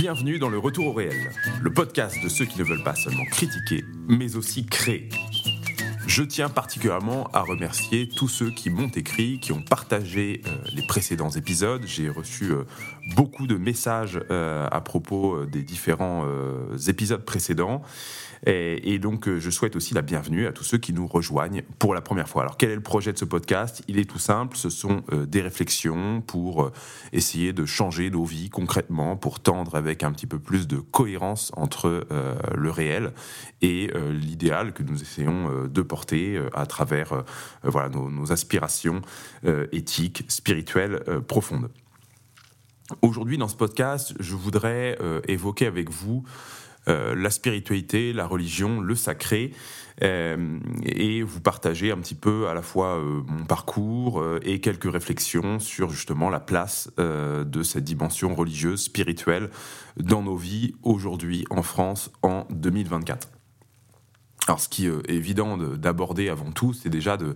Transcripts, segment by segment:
Bienvenue dans le Retour au réel, le podcast de ceux qui ne veulent pas seulement critiquer, mais aussi créer. Je tiens particulièrement à remercier tous ceux qui m'ont écrit, qui ont partagé les précédents épisodes. J'ai reçu beaucoup de messages à propos des différents épisodes précédents. Et donc, je souhaite aussi la bienvenue à tous ceux qui nous rejoignent pour la première fois. Alors, quel est le projet de ce podcast ? Il est tout simple, ce sont des réflexions pour essayer de changer nos vies concrètement, pour tendre avec un petit peu plus de cohérence entre le réel et l'idéal que nous essayons de porter à travers nos aspirations éthiques, spirituelles profondes. Aujourd'hui, dans ce podcast, je voudrais évoquer avec vous la spiritualité, la religion, le sacré, et vous partager un petit peu à la fois mon parcours et quelques réflexions sur justement la place de cette dimension religieuse, spirituelle dans nos vies aujourd'hui en France en 2024. Alors ce qui est évident d'aborder avant tout, c'est déjà de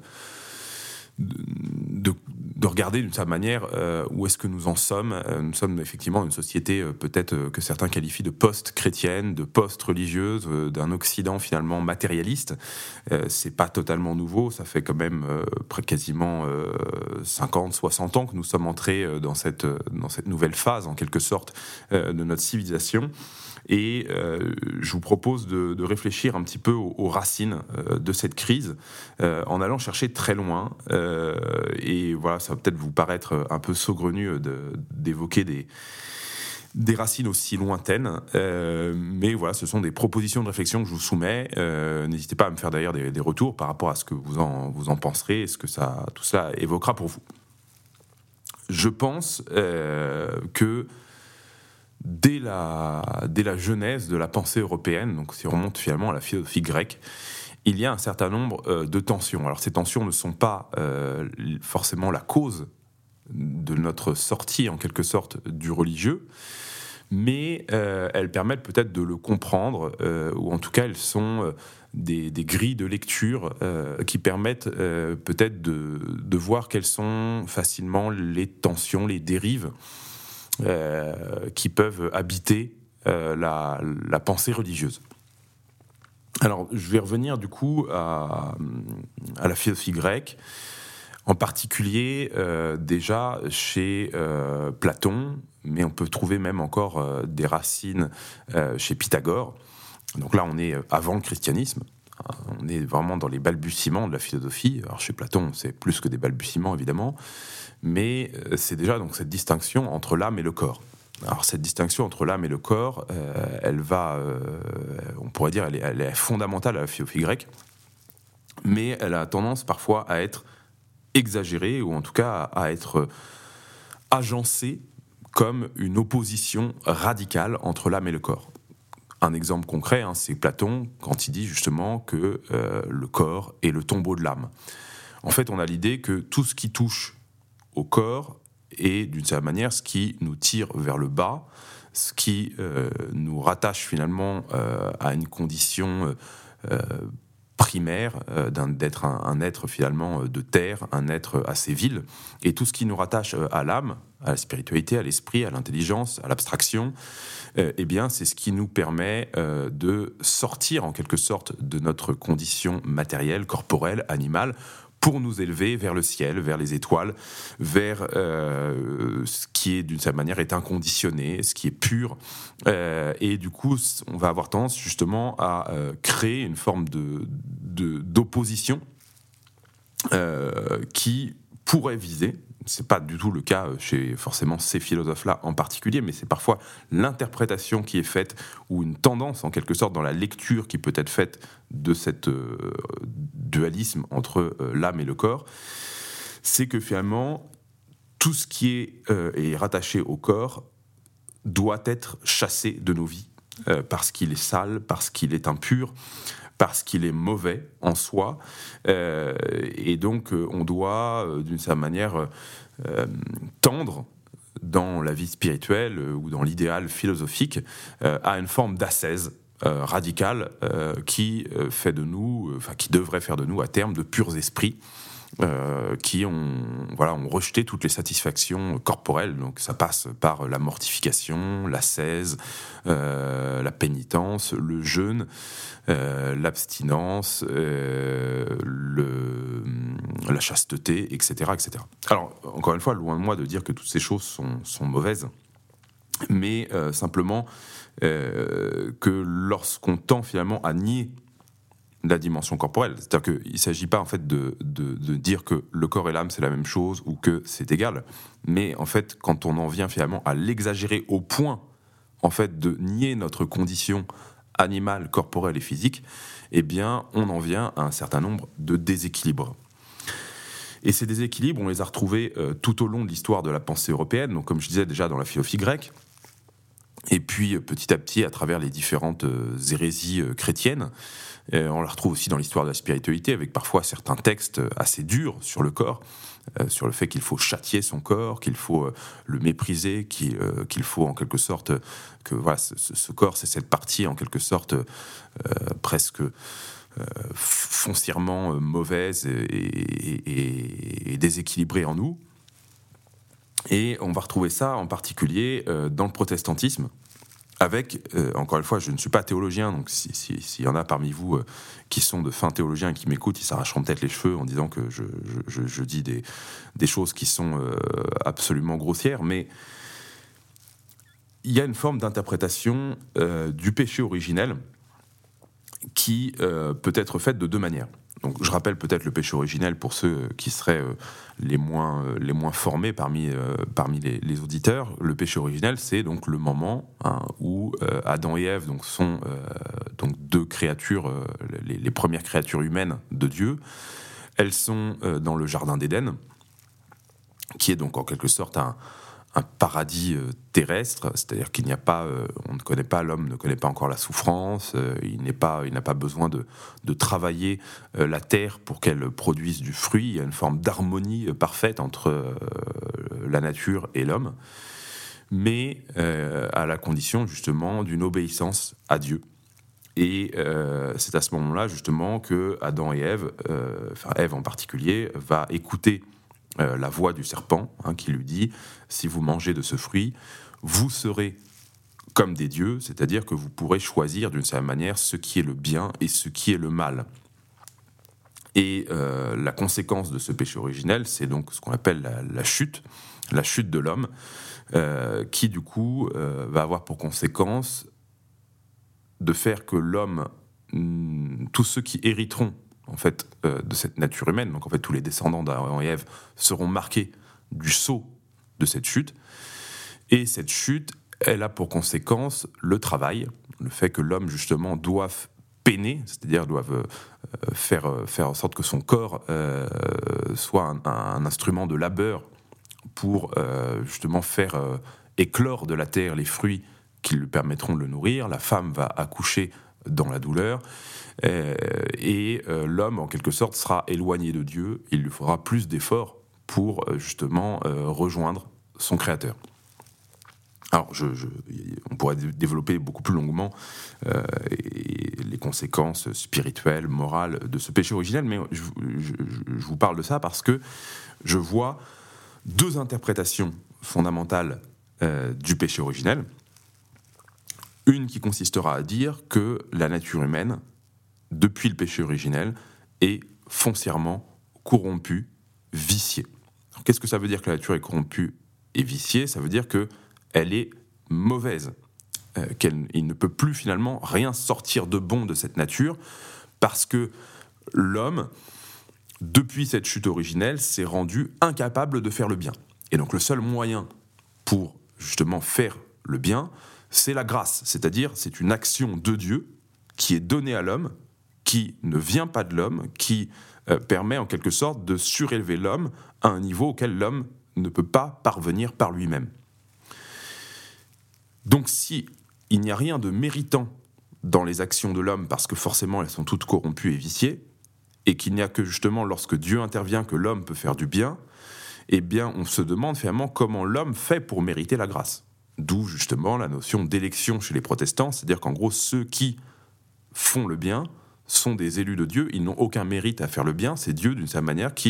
regarder d'une certaine manière où est-ce que nous en sommes. Nous sommes effectivement une société peut-être que certains qualifient de post-chrétienne, de post-religieuse, d'un Occident finalement matérialiste. C'est pas totalement nouveau, ça fait quand même quasiment 50, 60 ans que nous sommes entrés dans cette nouvelle phase en quelque sorte de notre civilisation. Et je vous propose de réfléchir un petit peu aux racines de cette crise en allant chercher très loin. Et voilà, ça va peut-être vous paraître un peu saugrenu d'évoquer des racines aussi lointaines. Mais voilà, ce sont des propositions de réflexion que je vous soumets. N'hésitez pas à me faire d'ailleurs des retours par rapport à ce que vous en penserez et ce que tout cela évoquera pour vous. Je pense que dès la genèse de la pensée européenne, donc si on remonte finalement à la philosophie grecque, il y a un certain nombre de tensions. Alors ces tensions ne sont pas forcément la cause de notre sortie en quelque sorte du religieux, mais elles permettent peut-être de le comprendre, ou en tout cas elles sont des grilles de lecture qui permettent peut-être de voir quelles sont facilement les tensions, les dérives qui peuvent habiter la pensée religieuse. Alors, je vais revenir du coup à la philosophie grecque, en particulier déjà chez Platon, mais on peut trouver même encore des racines chez Pythagore. Donc là, on est avant le christianisme. On est vraiment dans les balbutiements de la philosophie. Alors chez Platon, c'est plus que des balbutiements, évidemment, mais c'est déjà donc cette distinction entre l'âme et le corps. Alors cette distinction entre l'âme et le corps, elle va, on pourrait dire, elle est fondamentale à la philosophie grecque, mais elle a tendance parfois à être exagérée, ou en tout cas à être agencée comme une opposition radicale entre l'âme et le corps. Un exemple concret, c'est Platon, quand il dit justement que le corps est le tombeau de l'âme. En fait, on a l'idée que tout ce qui touche au corps est, d'une certaine manière, ce qui nous tire vers le bas, ce qui nous rattache finalement à une condition primaire d'être un être finalement de terre, un être assez vil, et tout ce qui nous rattache à l'âme, à la spiritualité, à l'esprit, à l'intelligence, à l'abstraction, eh bien c'est ce qui nous permet de sortir en quelque sorte de notre condition matérielle, corporelle, animale, pour nous élever vers le ciel, vers les étoiles, vers ce qui est d'une certaine manière est inconditionné, ce qui est pur, et du coup on va avoir tendance justement à créer une forme d'opposition qui pourrait viser, c'est pas du tout le cas chez forcément ces philosophes-là en particulier, mais c'est parfois l'interprétation qui est faite, ou une tendance en quelque sorte dans la lecture qui peut être faite de cette dualisme entre l'âme et le corps, c'est que finalement tout ce qui est rattaché au corps doit être chassé de nos vies, parce qu'il est sale, parce qu'il est impur, parce qu'il est mauvais en soi, et donc on doit d'une certaine manière tendre dans la vie spirituelle ou dans l'idéal philosophique à une forme d'ascèse radicale qui devrait faire de nous à terme de purs esprits, qui ont rejeté toutes les satisfactions corporelles. Donc ça passe par la mortification, l'ascèse, la pénitence, le jeûne, l'abstinence, la chasteté, etc., etc. Alors, encore une fois, loin de moi de dire que toutes ces choses sont mauvaises, mais simplement que lorsqu'on tend finalement à nier la dimension corporelle, c'est-à-dire qu'il ne s'agit pas en fait de dire que le corps et l'âme c'est la même chose ou que c'est égal, mais en fait quand on en vient finalement à l'exagérer au point en fait de nier notre condition animale, corporelle et physique, eh bien on en vient à un certain nombre de déséquilibres. Et ces déséquilibres, on les a retrouvés tout au long de l'histoire de la pensée européenne, donc comme je disais déjà dans la philosophie grecque, et puis petit à petit à travers les différentes hérésies chrétiennes. On la retrouve aussi dans l'histoire de la spiritualité, avec parfois certains textes assez durs sur le corps, sur le fait qu'il faut châtier son corps, qu'il faut le mépriser, qu'il faut en quelque sorte que voilà, ce corps, c'est cette partie en quelque sorte presque foncièrement mauvaise et déséquilibrée en nous. Et on va retrouver ça en particulier dans le protestantisme, avec, encore une fois, je ne suis pas théologien, donc s'il y en a parmi vous qui sont de fins théologiens et qui m'écoutent, ils s'arracheront peut-être les cheveux en disant que je dis des choses qui sont absolument grossières, mais il y a une forme d'interprétation du péché originel qui peut être faite de deux manières. Donc, je rappelle peut-être le péché originel pour ceux qui seraient les moins formés parmi les auditeurs. Le péché originel, c'est donc le moment où Adam et Ève donc, sont donc deux créatures, les premières créatures humaines de Dieu. Elles sont dans le jardin d'Éden, qui est donc en quelque sorte un paradis terrestre, c'est-à-dire qu'il n'y a pas, on ne connaît pas, l'homme ne connaît pas encore la souffrance, il n'a pas besoin de travailler la terre pour qu'elle produise du fruit, il y a une forme d'harmonie parfaite entre la nature et l'homme, mais à la condition justement d'une obéissance à Dieu. Et c'est à ce moment-là justement que Adam et Ève, enfin Ève en particulier, va écouter la voix du serpent qui lui dit « Si vous mangez de ce fruit, vous serez comme des dieux, c'est-à-dire que vous pourrez choisir d'une certaine manière ce qui est le bien et ce qui est le mal. » Et la conséquence de ce péché originel, c'est donc ce qu'on appelle la chute de l'homme, qui du coup va avoir pour conséquence de faire que l'homme, tous ceux qui hériteront en fait, de cette nature humaine, donc en fait tous les descendants d'Adam et Ève seront marqués du sceau de cette chute, et cette chute, elle a pour conséquence le travail, le fait que l'homme justement doive peiner, c'est-à-dire doive faire en sorte que son corps soit un instrument de labeur pour justement faire éclore de la terre les fruits qui lui permettront de le nourrir. La femme va accoucher dans la douleur, et l'homme en quelque sorte sera éloigné de Dieu, il lui faudra plus d'efforts pour justement rejoindre son Créateur. Alors, on pourrait développer beaucoup plus longuement les conséquences spirituelles, morales de ce péché originel, mais je vous parle de ça parce que je vois deux interprétations fondamentales du péché originel. Une qui consistera à dire que la nature humaine, depuis le péché originel, est foncièrement corrompue, viciée. Alors, qu'est-ce que ça veut dire que la nature est corrompue et viciée ? Ça veut dire qu'elle est mauvaise, qu'il ne peut plus finalement rien sortir de bon de cette nature, parce que l'homme, depuis cette chute originelle, s'est rendu incapable de faire le bien. Et donc le seul moyen pour justement faire le bien, c'est la grâce, c'est-à-dire c'est une action de Dieu qui est donnée à l'homme, qui ne vient pas de l'homme, qui permet en quelque sorte de surélever l'homme à un niveau auquel l'homme ne peut pas parvenir par lui-même. Donc si il n'y a rien de méritant dans les actions de l'homme, parce que forcément elles sont toutes corrompues et viciées, et qu'il n'y a que justement lorsque Dieu intervient que l'homme peut faire du bien, eh bien on se demande finalement comment l'homme fait pour mériter la grâce. D'où justement la notion d'élection chez les protestants, c'est-à-dire qu'en gros ceux qui font le bien sont des élus de Dieu, ils n'ont aucun mérite à faire le bien, c'est Dieu d'une certaine manière qui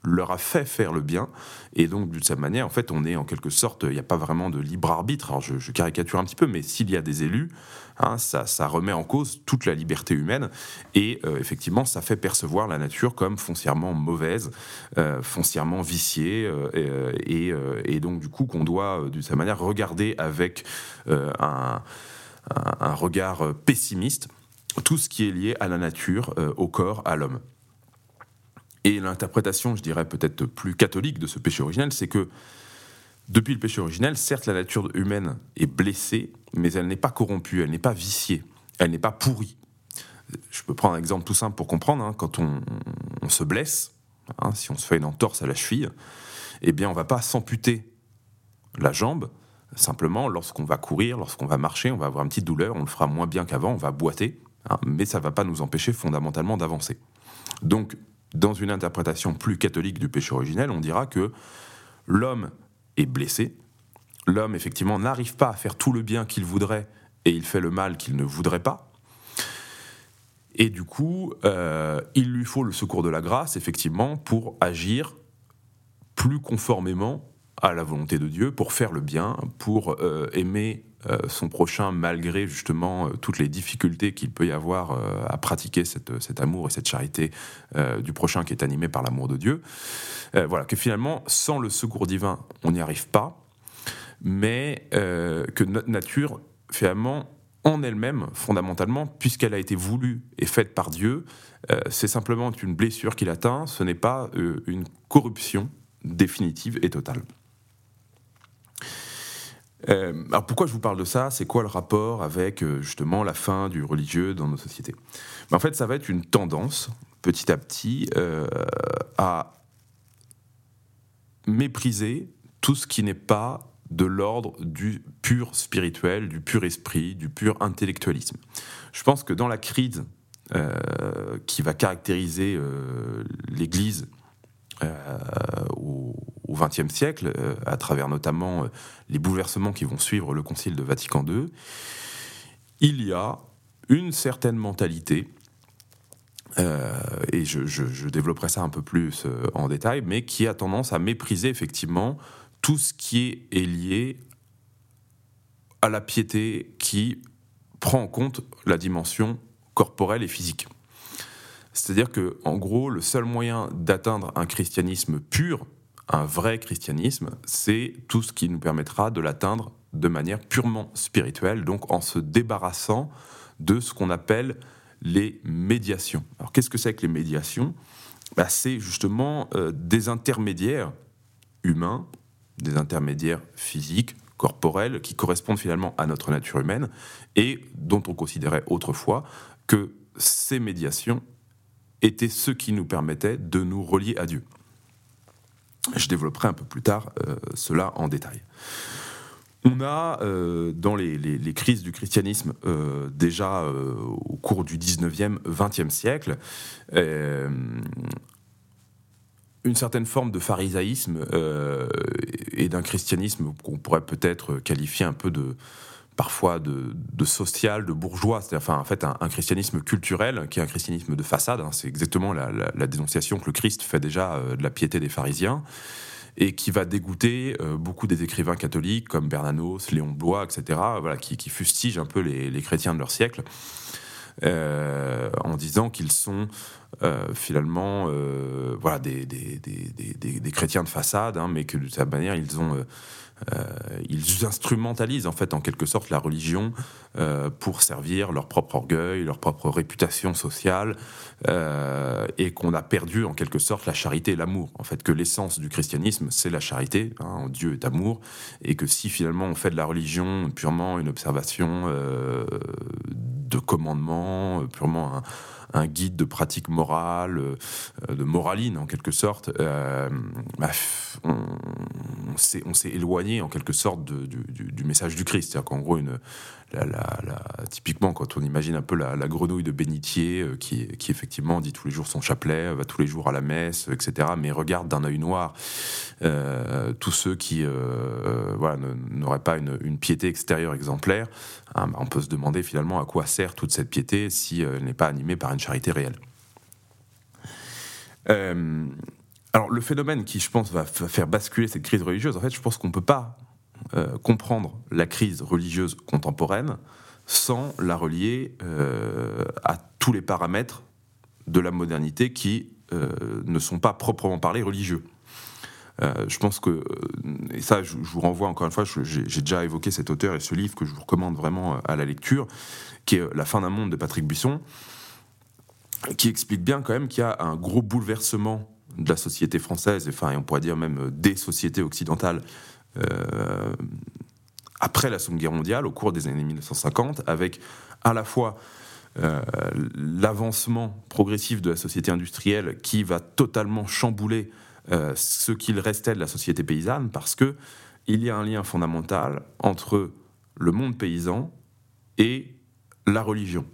leur a fait faire le bien, et donc de cette manière, en fait, on est en quelque sorte, il n'y a pas vraiment de libre arbitre. Alors je caricature un petit peu, mais s'il y a des élus, ça remet en cause toute la liberté humaine, et effectivement, ça fait percevoir la nature comme foncièrement mauvaise, foncièrement viciée, et donc du coup qu'on doit, de cette manière, regarder avec un regard pessimiste tout ce qui est lié à la nature, au corps, à l'homme. Et l'interprétation, je dirais peut-être plus catholique de ce péché originel, c'est que depuis le péché originel, certes la nature humaine est blessée, mais elle n'est pas corrompue, elle n'est pas viciée, elle n'est pas pourrie. Je peux prendre un exemple tout simple pour comprendre, quand on se blesse, si on se fait une entorse à la cheville, eh bien on ne va pas s'amputer la jambe, simplement lorsqu'on va courir, lorsqu'on va marcher, on va avoir une petite douleur, on le fera moins bien qu'avant, on va boiter, mais ça ne va pas nous empêcher fondamentalement d'avancer. Donc, dans une interprétation plus catholique du péché originel, on dira que l'homme est blessé, l'homme effectivement n'arrive pas à faire tout le bien qu'il voudrait et il fait le mal qu'il ne voudrait pas. Et du coup, il lui faut le secours de la grâce, effectivement, pour agir plus conformément à la volonté de Dieu, pour faire le bien, pour aimer son prochain malgré justement toutes les difficultés qu'il peut y avoir à pratiquer cet amour et cette charité du prochain qui est animé par l'amour de Dieu. Voilà, que finalement, sans le secours divin, on n'y arrive pas, mais que notre nature, finalement, en elle-même, fondamentalement, puisqu'elle a été voulue et faite par Dieu, c'est simplement une blessure qui l'atteint, ce n'est pas une corruption définitive et totale. Alors pourquoi je vous parle de ça ? C'est quoi le rapport avec justement la fin du religieux dans nos sociétés ? En fait, ça va être une tendance, petit à petit, à mépriser tout ce qui n'est pas de l'ordre du pur spirituel, du pur esprit, du pur intellectualisme. Je pense que dans la crise qui va caractériser l'Église au XXe siècle, à travers notamment les bouleversements qui vont suivre le Concile de Vatican II, il y a une certaine mentalité, et je développerai ça un peu plus en détail, mais qui a tendance à mépriser effectivement tout ce qui est lié à la piété qui prend en compte la dimension corporelle et physique. C'est-à-dire que, en gros, le seul moyen d'atteindre un christianisme pur, un vrai christianisme, c'est tout ce qui nous permettra de l'atteindre de manière purement spirituelle, donc en se débarrassant de ce qu'on appelle les médiations. Alors, qu'est-ce que c'est que les médiations ? C'est justement des intermédiaires humains, des intermédiaires physiques, corporels, qui correspondent finalement à notre nature humaine, et dont on considérait autrefois que ces médiations étaient ceux qui nous permettaient de nous relier à Dieu. Je développerai un peu plus tard cela en détail. On a, dans les crises du christianisme, déjà au cours du 19e, 20e siècle, une certaine forme de pharisaïsme et d'un christianisme qu'on pourrait peut-être qualifier un peu parfois de social, de bourgeois, c'est-à-dire en fait un christianisme culturel qui est un christianisme de façade. C'est exactement la dénonciation que le Christ fait déjà de la piété des pharisiens, et qui va dégoûter beaucoup des écrivains catholiques comme Bernanos, Léon Bloy, etc., qui fustigent un peu les chrétiens de leur siècle, en disant qu'ils sont finalement des chrétiens de façade, mais que de cette manière ils instrumentalisent en fait en quelque sorte la religion pour servir leur propre orgueil, leur propre réputation sociale, et qu'on a perdu en quelque sorte la charité et l'amour. En fait, que l'essence du christianisme c'est la charité, Dieu est amour, et que si finalement on fait de la religion purement une observation de commandements, purement un guide de pratique morale, de moraline en quelque sorte, on s'est éloigné en quelque sorte du message du Christ. C'est-à-dire qu'en gros, typiquement quand on imagine un peu la grenouille de bénitier qui effectivement dit tous les jours son chapelet, va tous les jours à la messe, etc., mais regarde d'un œil noir tous ceux qui n'auraient pas une piété extérieure exemplaire, on peut se demander finalement à quoi sert toute cette piété si elle n'est pas animée par une charité réelle. Alors le phénomène qui, je pense, va faire basculer cette crise religieuse, en fait, je pense qu'on ne peut pas comprendre la crise religieuse contemporaine sans la relier à tous les paramètres de la modernité qui ne sont pas proprement parlés religieux. Je pense que, et ça je vous renvoie encore une fois, j'ai déjà évoqué cet auteur et ce livre que je vous recommande vraiment à la lecture, qui est La fin d'un monde de Patrick Buisson, qui explique bien quand même qu'il y a un gros bouleversement de la société française, et on pourrait dire même des sociétés occidentales, après la Seconde Guerre mondiale, au cours des années 1950, avec à la fois l'avancement progressif de la société industrielle qui va totalement chambouler ce qu'il restait de la société paysanne, parce que il y a un lien fondamental entre le monde paysan et la religion.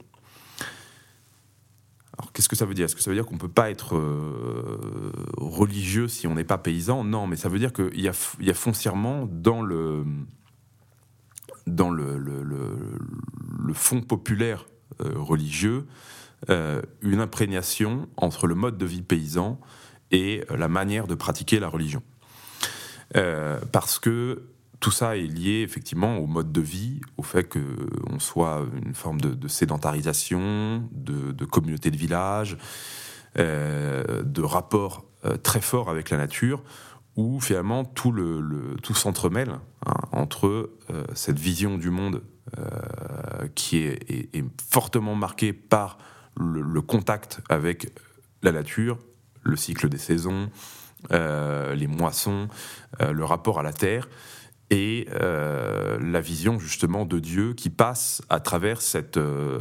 Alors, qu'est-ce que ça veut dire ? Est-ce que ça veut dire qu'on ne peut pas être religieux si on n'est pas paysan ? Non, mais ça veut dire qu'il y a foncièrement dans le fond populaire religieux une imprégnation entre le mode de vie paysan et la manière de pratiquer la religion. Parce que tout ça est lié effectivement au mode de vie, au fait qu'on soit une forme de sédentarisation, de communauté de village, de rapport très fort avec la nature, où finalement tout s'entremêle entre cette vision du monde qui est fortement marquée par le contact avec la nature, le cycle des saisons, les moissons, le rapport à la terre, et la vision justement de Dieu qui passe à travers cette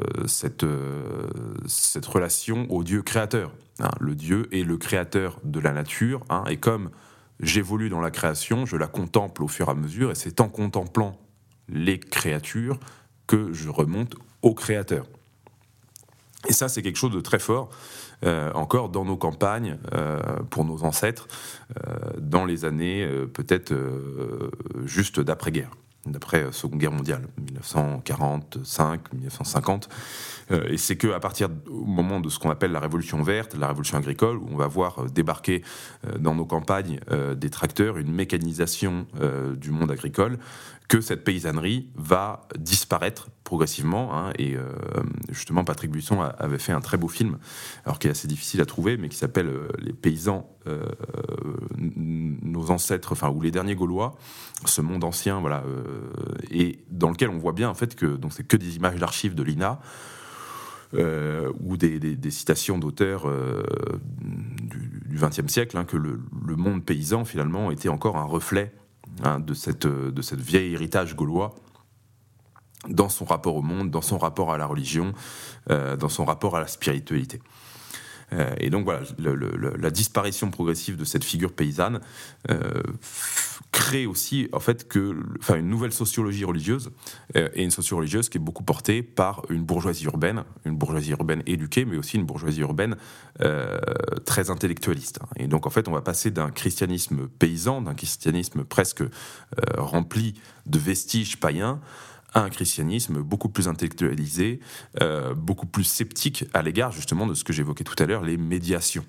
relation au Dieu créateur. Le Dieu est le créateur de la nature, et comme j'évolue dans la création, je la contemple au fur et à mesure, et c'est en contemplant les créatures que je remonte au créateur. Et ça, c'est quelque chose de très fort, encore dans nos campagnes, pour nos ancêtres, dans les années peut-être juste d'après-guerre, d'après Seconde Guerre mondiale, 1945, 1950. Et c'est qu'à partir au moment de ce qu'on appelle la révolution verte, la révolution agricole, où on va voir débarquer dans nos campagnes des tracteurs, une mécanisation du monde agricole, que cette paysannerie va disparaître progressivement. Et justement, Patrick Buisson avait fait un très beau film, alors qui est assez difficile à trouver, mais qui s'appelle Les paysans, nos ancêtres, ou les derniers Gaulois, ce monde ancien, voilà, et dans lequel on voit bien en fait que donc c'est que des images d'archives de l'INA. Ou des citations d'auteurs du XXe siècle, que le monde paysan finalement était encore un reflet de cette vieil héritage gaulois dans son rapport au monde, dans son rapport à la religion, dans son rapport à la spiritualité. Et donc voilà, la disparition progressive de cette figure paysanne crée aussi en fait une nouvelle sociologie religieuse, et une sociologie religieuse qui est beaucoup portée par une bourgeoisie urbaine éduquée, mais aussi une bourgeoisie urbaine très intellectualiste. Et donc en fait, on va passer d'un christianisme paysan, d'un christianisme presque rempli de vestiges païens, à un christianisme beaucoup plus intellectualisé, beaucoup plus sceptique à l'égard justement de ce que j'évoquais tout à l'heure, les médiations.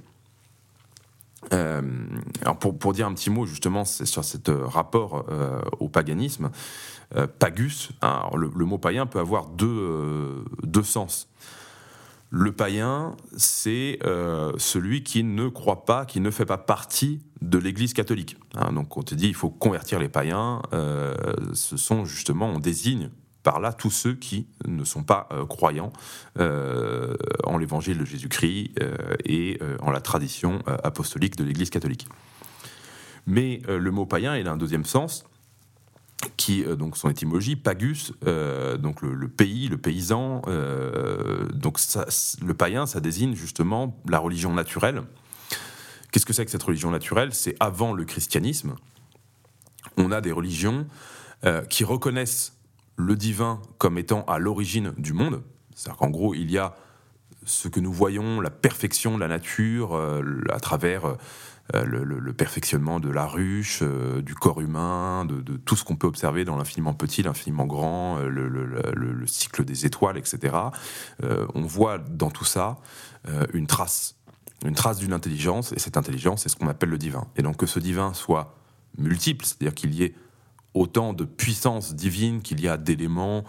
Alors pour dire un petit mot justement sur ce rapport au paganisme, pagus, alors le mot païen peut avoir deux sens. Le païen, c'est celui qui ne croit pas, qui ne fait pas partie de l'Église catholique. Donc on te dit il faut convertir les païens, ce sont justement, on désigne par là tous ceux qui ne sont pas croyants en l'évangile de Jésus-Christ et en la tradition apostolique de l'Église catholique. Mais le mot païen, il a un deuxième sens, qui, donc son étymologie, pagus, donc le pays, le paysan, donc ça, le païen, ça désigne justement la religion naturelle. Qu'est-ce que c'est que cette religion naturelle ? C'est avant le christianisme. On a des religions qui reconnaissent le divin comme étant à l'origine du monde. C'est-à-dire qu'en gros, il y a ce que nous voyons, la perfection de la nature, à travers le perfectionnement de la ruche, du corps humain, de tout ce qu'on peut observer dans l'infiniment petit, l'infiniment grand, le cycle des étoiles, etc. On voit dans tout ça une trace une trace d'une intelligence, et cette intelligence, c'est ce qu'on appelle le divin. Et donc que ce divin soit multiple, c'est-à-dire qu'il y ait autant de puissance divine qu'il y a d'éléments,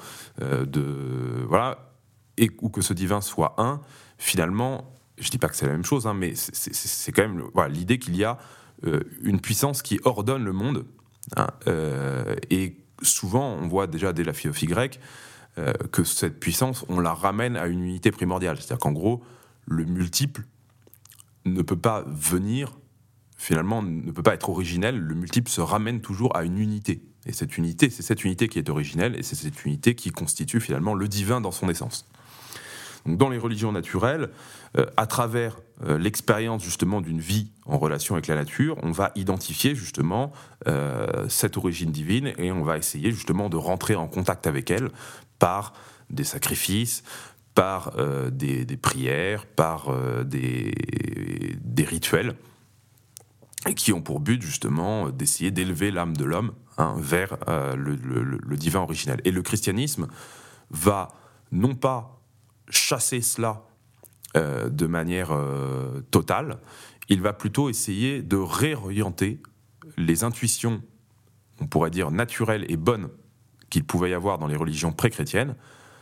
ou que ce divin soit un, finalement, je ne dis pas que c'est la même chose, hein, mais c'est quand même l'idée qu'il y a une puissance qui ordonne le monde, hein, et souvent, on voit déjà dès la philosophie grecque que cette puissance, on la ramène à une unité primordiale. C'est-à-dire qu'en gros, le multiple ne peut pas venir, finalement, ne peut pas être originel. Le multiple se ramène toujours à une unité. Et cette unité, c'est cette unité qui est originelle, et c'est cette unité qui constitue finalement le divin dans son essence. Donc, dans les religions naturelles, à travers l'expérience justement d'une vie en relation avec la nature, on va identifier justement cette origine divine, et on va essayer justement de rentrer en contact avec elle par des sacrifices, par des prières, par des rituels, et qui ont pour but justement d'essayer d'élever l'âme de l'homme, hein, vers le divin originel. Et le christianisme va non pas chasser cela de manière totale, il va plutôt essayer de réorienter les intuitions, on pourrait dire naturelles et bonnes, qu'il pouvait y avoir dans les religions pré-chrétiennes,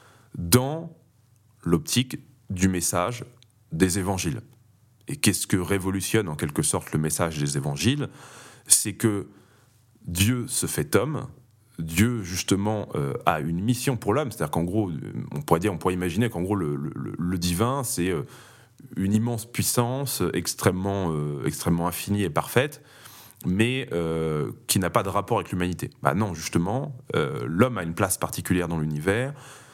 dans l'optique du message des évangiles. Et qu'est-ce que révolutionne en quelque sorte le message des évangiles ? C'est que Dieu se fait homme, Dieu justement a une mission pour l'homme, c'est-à-dire qu'en gros, on pourrait imaginer qu'en gros le divin, c'est une immense puissance extrêmement infinie et parfaite, mais qui n'a pas de rapport avec l'humanité. Bah non, justement, l'homme a une place particulière dans l'univers,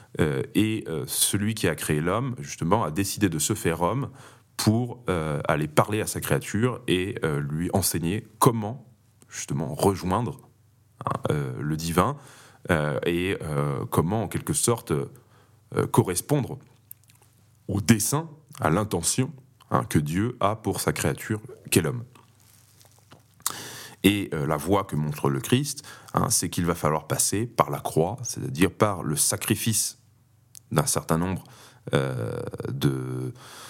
et celui qui a créé l'homme, justement, a décidé de se faire homme pour aller parler à sa créature et lui enseigner comment, justement, rejoindre le divin, et comment, en quelque sorte, correspondre au dessein, à l'intention, hein, que Dieu a pour sa créature, qu'est l'homme. Et la voie que montre le Christ, hein, c'est qu'il va falloir passer par la croix, c'est-à-dire par le sacrifice d'un certain nombre de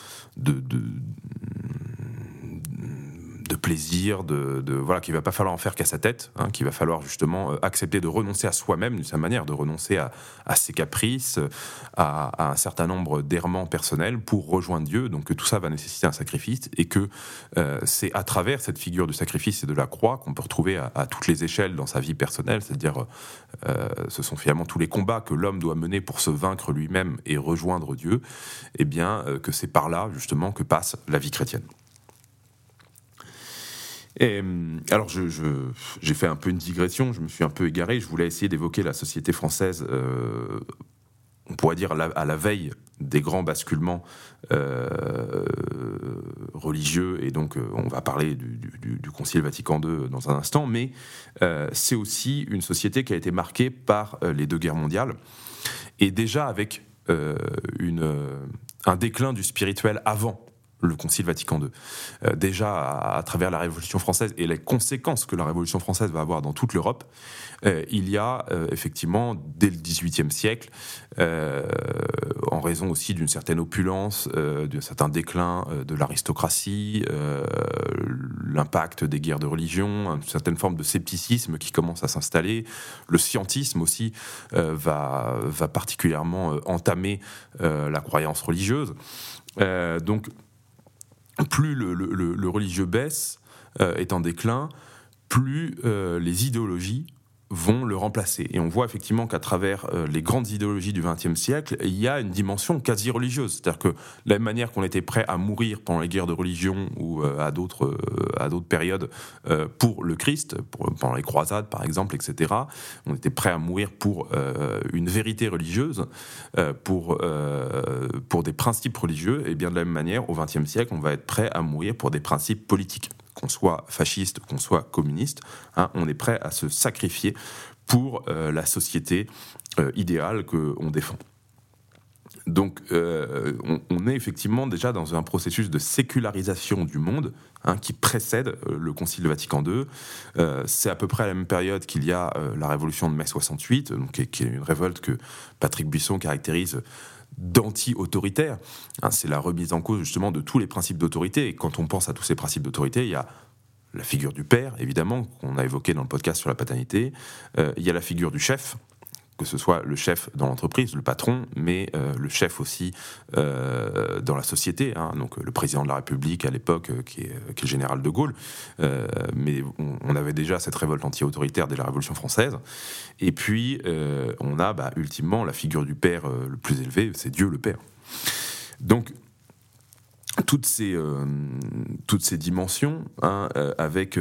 plaisir, voilà, qu'il ne va pas falloir en faire qu'à sa tête, hein, qu'il va falloir justement accepter de renoncer à soi-même, d'une certaine manière, de renoncer à ses caprices, à un certain nombre d'errements personnels pour rejoindre Dieu. Donc que tout ça va nécessiter un sacrifice, et que c'est à travers cette figure du sacrifice et de la croix qu'on peut retrouver à toutes les échelles dans sa vie personnelle, c'est-à-dire ce sont finalement tous les combats que l'homme doit mener pour se vaincre lui-même et rejoindre Dieu, et bien que c'est par là justement que passe la vie chrétienne. Et alors j'ai fait un peu une digression, je me suis un peu égaré, je voulais essayer d'évoquer la société française, on pourrait dire à la veille des grands basculements religieux, et donc on va parler du Concile Vatican II dans un instant, mais c'est aussi une société qui a été marquée par les deux guerres mondiales, et déjà avec un déclin du spirituel avant le Concile Vatican II. Déjà, à travers la Révolution française et les conséquences que la Révolution française va avoir dans toute l'Europe, il y a effectivement, dès le XVIIIe siècle, en raison aussi d'une certaine opulence, d'un certain déclin de l'aristocratie, l'impact des guerres de religion, une certaine forme de scepticisme qui commence à s'installer. Le scientisme aussi va particulièrement entamer la croyance religieuse. Donc, plus le religieux baisse, est en déclin, plus les idéologies vont le remplacer. Et on voit effectivement qu'à travers les grandes idéologies du XXe siècle, il y a une dimension quasi religieuse. C'est-à-dire que de la même manière qu'on était prêt à mourir pendant les guerres de religion ou à d'autres périodes pour le Christ, pendant les croisades par exemple, etc., on était prêt à mourir pour une vérité religieuse, pour des principes religieux, et bien de la même manière, au XXe siècle, on va être prêt à mourir pour des principes politiques. Qu'on soit fasciste, qu'on soit communiste, hein, on est prêt à se sacrifier pour la société idéale qu'on défend. Donc on est effectivement déjà dans un processus de sécularisation du monde, hein, qui précède le Concile Vatican II. C'est à peu près à la même période qu'il y a la révolution de mai 68, donc, qui est une révolte que Patrick Buisson caractérise d'anti-autoritaire. C'est la remise en cause justement de tous les principes d'autorité. Et quand on pense à tous ces principes d'autorité, il y a la figure du père, évidemment, qu'on a évoqué dans le podcast sur la paternité. Il y a la figure du chef, que ce soit le chef dans l'entreprise, le patron, mais le chef aussi dans la société, donc le président de la République à l'époque, qui est le général de Gaulle, mais on avait déjà cette révolte anti-autoritaire dès la Révolution française, et puis on a ultimement la figure du père le plus élevé, c'est Dieu le Père. Donc toutes ces dimensions, avec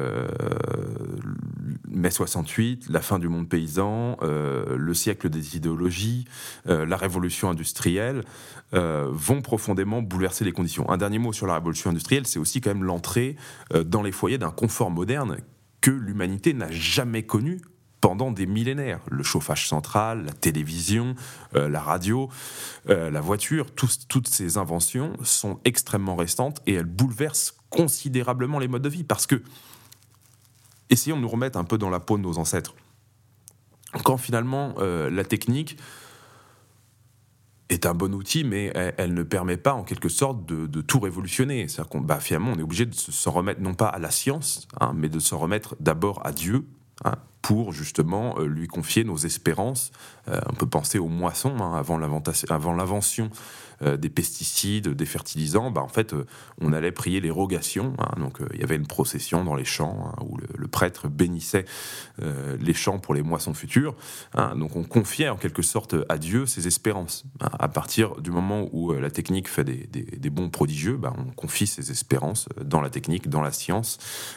mai 68, la fin du monde paysan, le siècle des idéologies, la révolution industrielle, vont profondément bouleverser les conditions. Un dernier mot sur la révolution industrielle, c'est aussi quand même l'entrée dans les foyers d'un confort moderne que l'humanité n'a jamais connu pendant des millénaires. Le chauffage central, la télévision, la radio, la voiture, toutes ces inventions sont extrêmement récentes et elles bouleversent considérablement les modes de vie. Parce que, essayons de nous remettre un peu dans la peau de nos ancêtres. Quand finalement la technique est un bon outil, mais elle ne permet pas en quelque sorte de tout révolutionner. C'est-à-dire qu'on, finalement, on est obligé de s'en remettre non pas à la science, mais de s'en remettre d'abord à Dieu, pour justement lui confier nos espérances. On peut penser aux moissons, avant l'invention des pesticides, des fertilisants. En fait, on allait prier les rogations. Donc, il y avait une procession dans les champs où le prêtre bénissait les champs pour les moissons futures. Donc, on confiait en quelque sorte à Dieu ses espérances. À partir du moment où la technique fait des bons prodigieux, on confie ses espérances dans la technique, dans la science.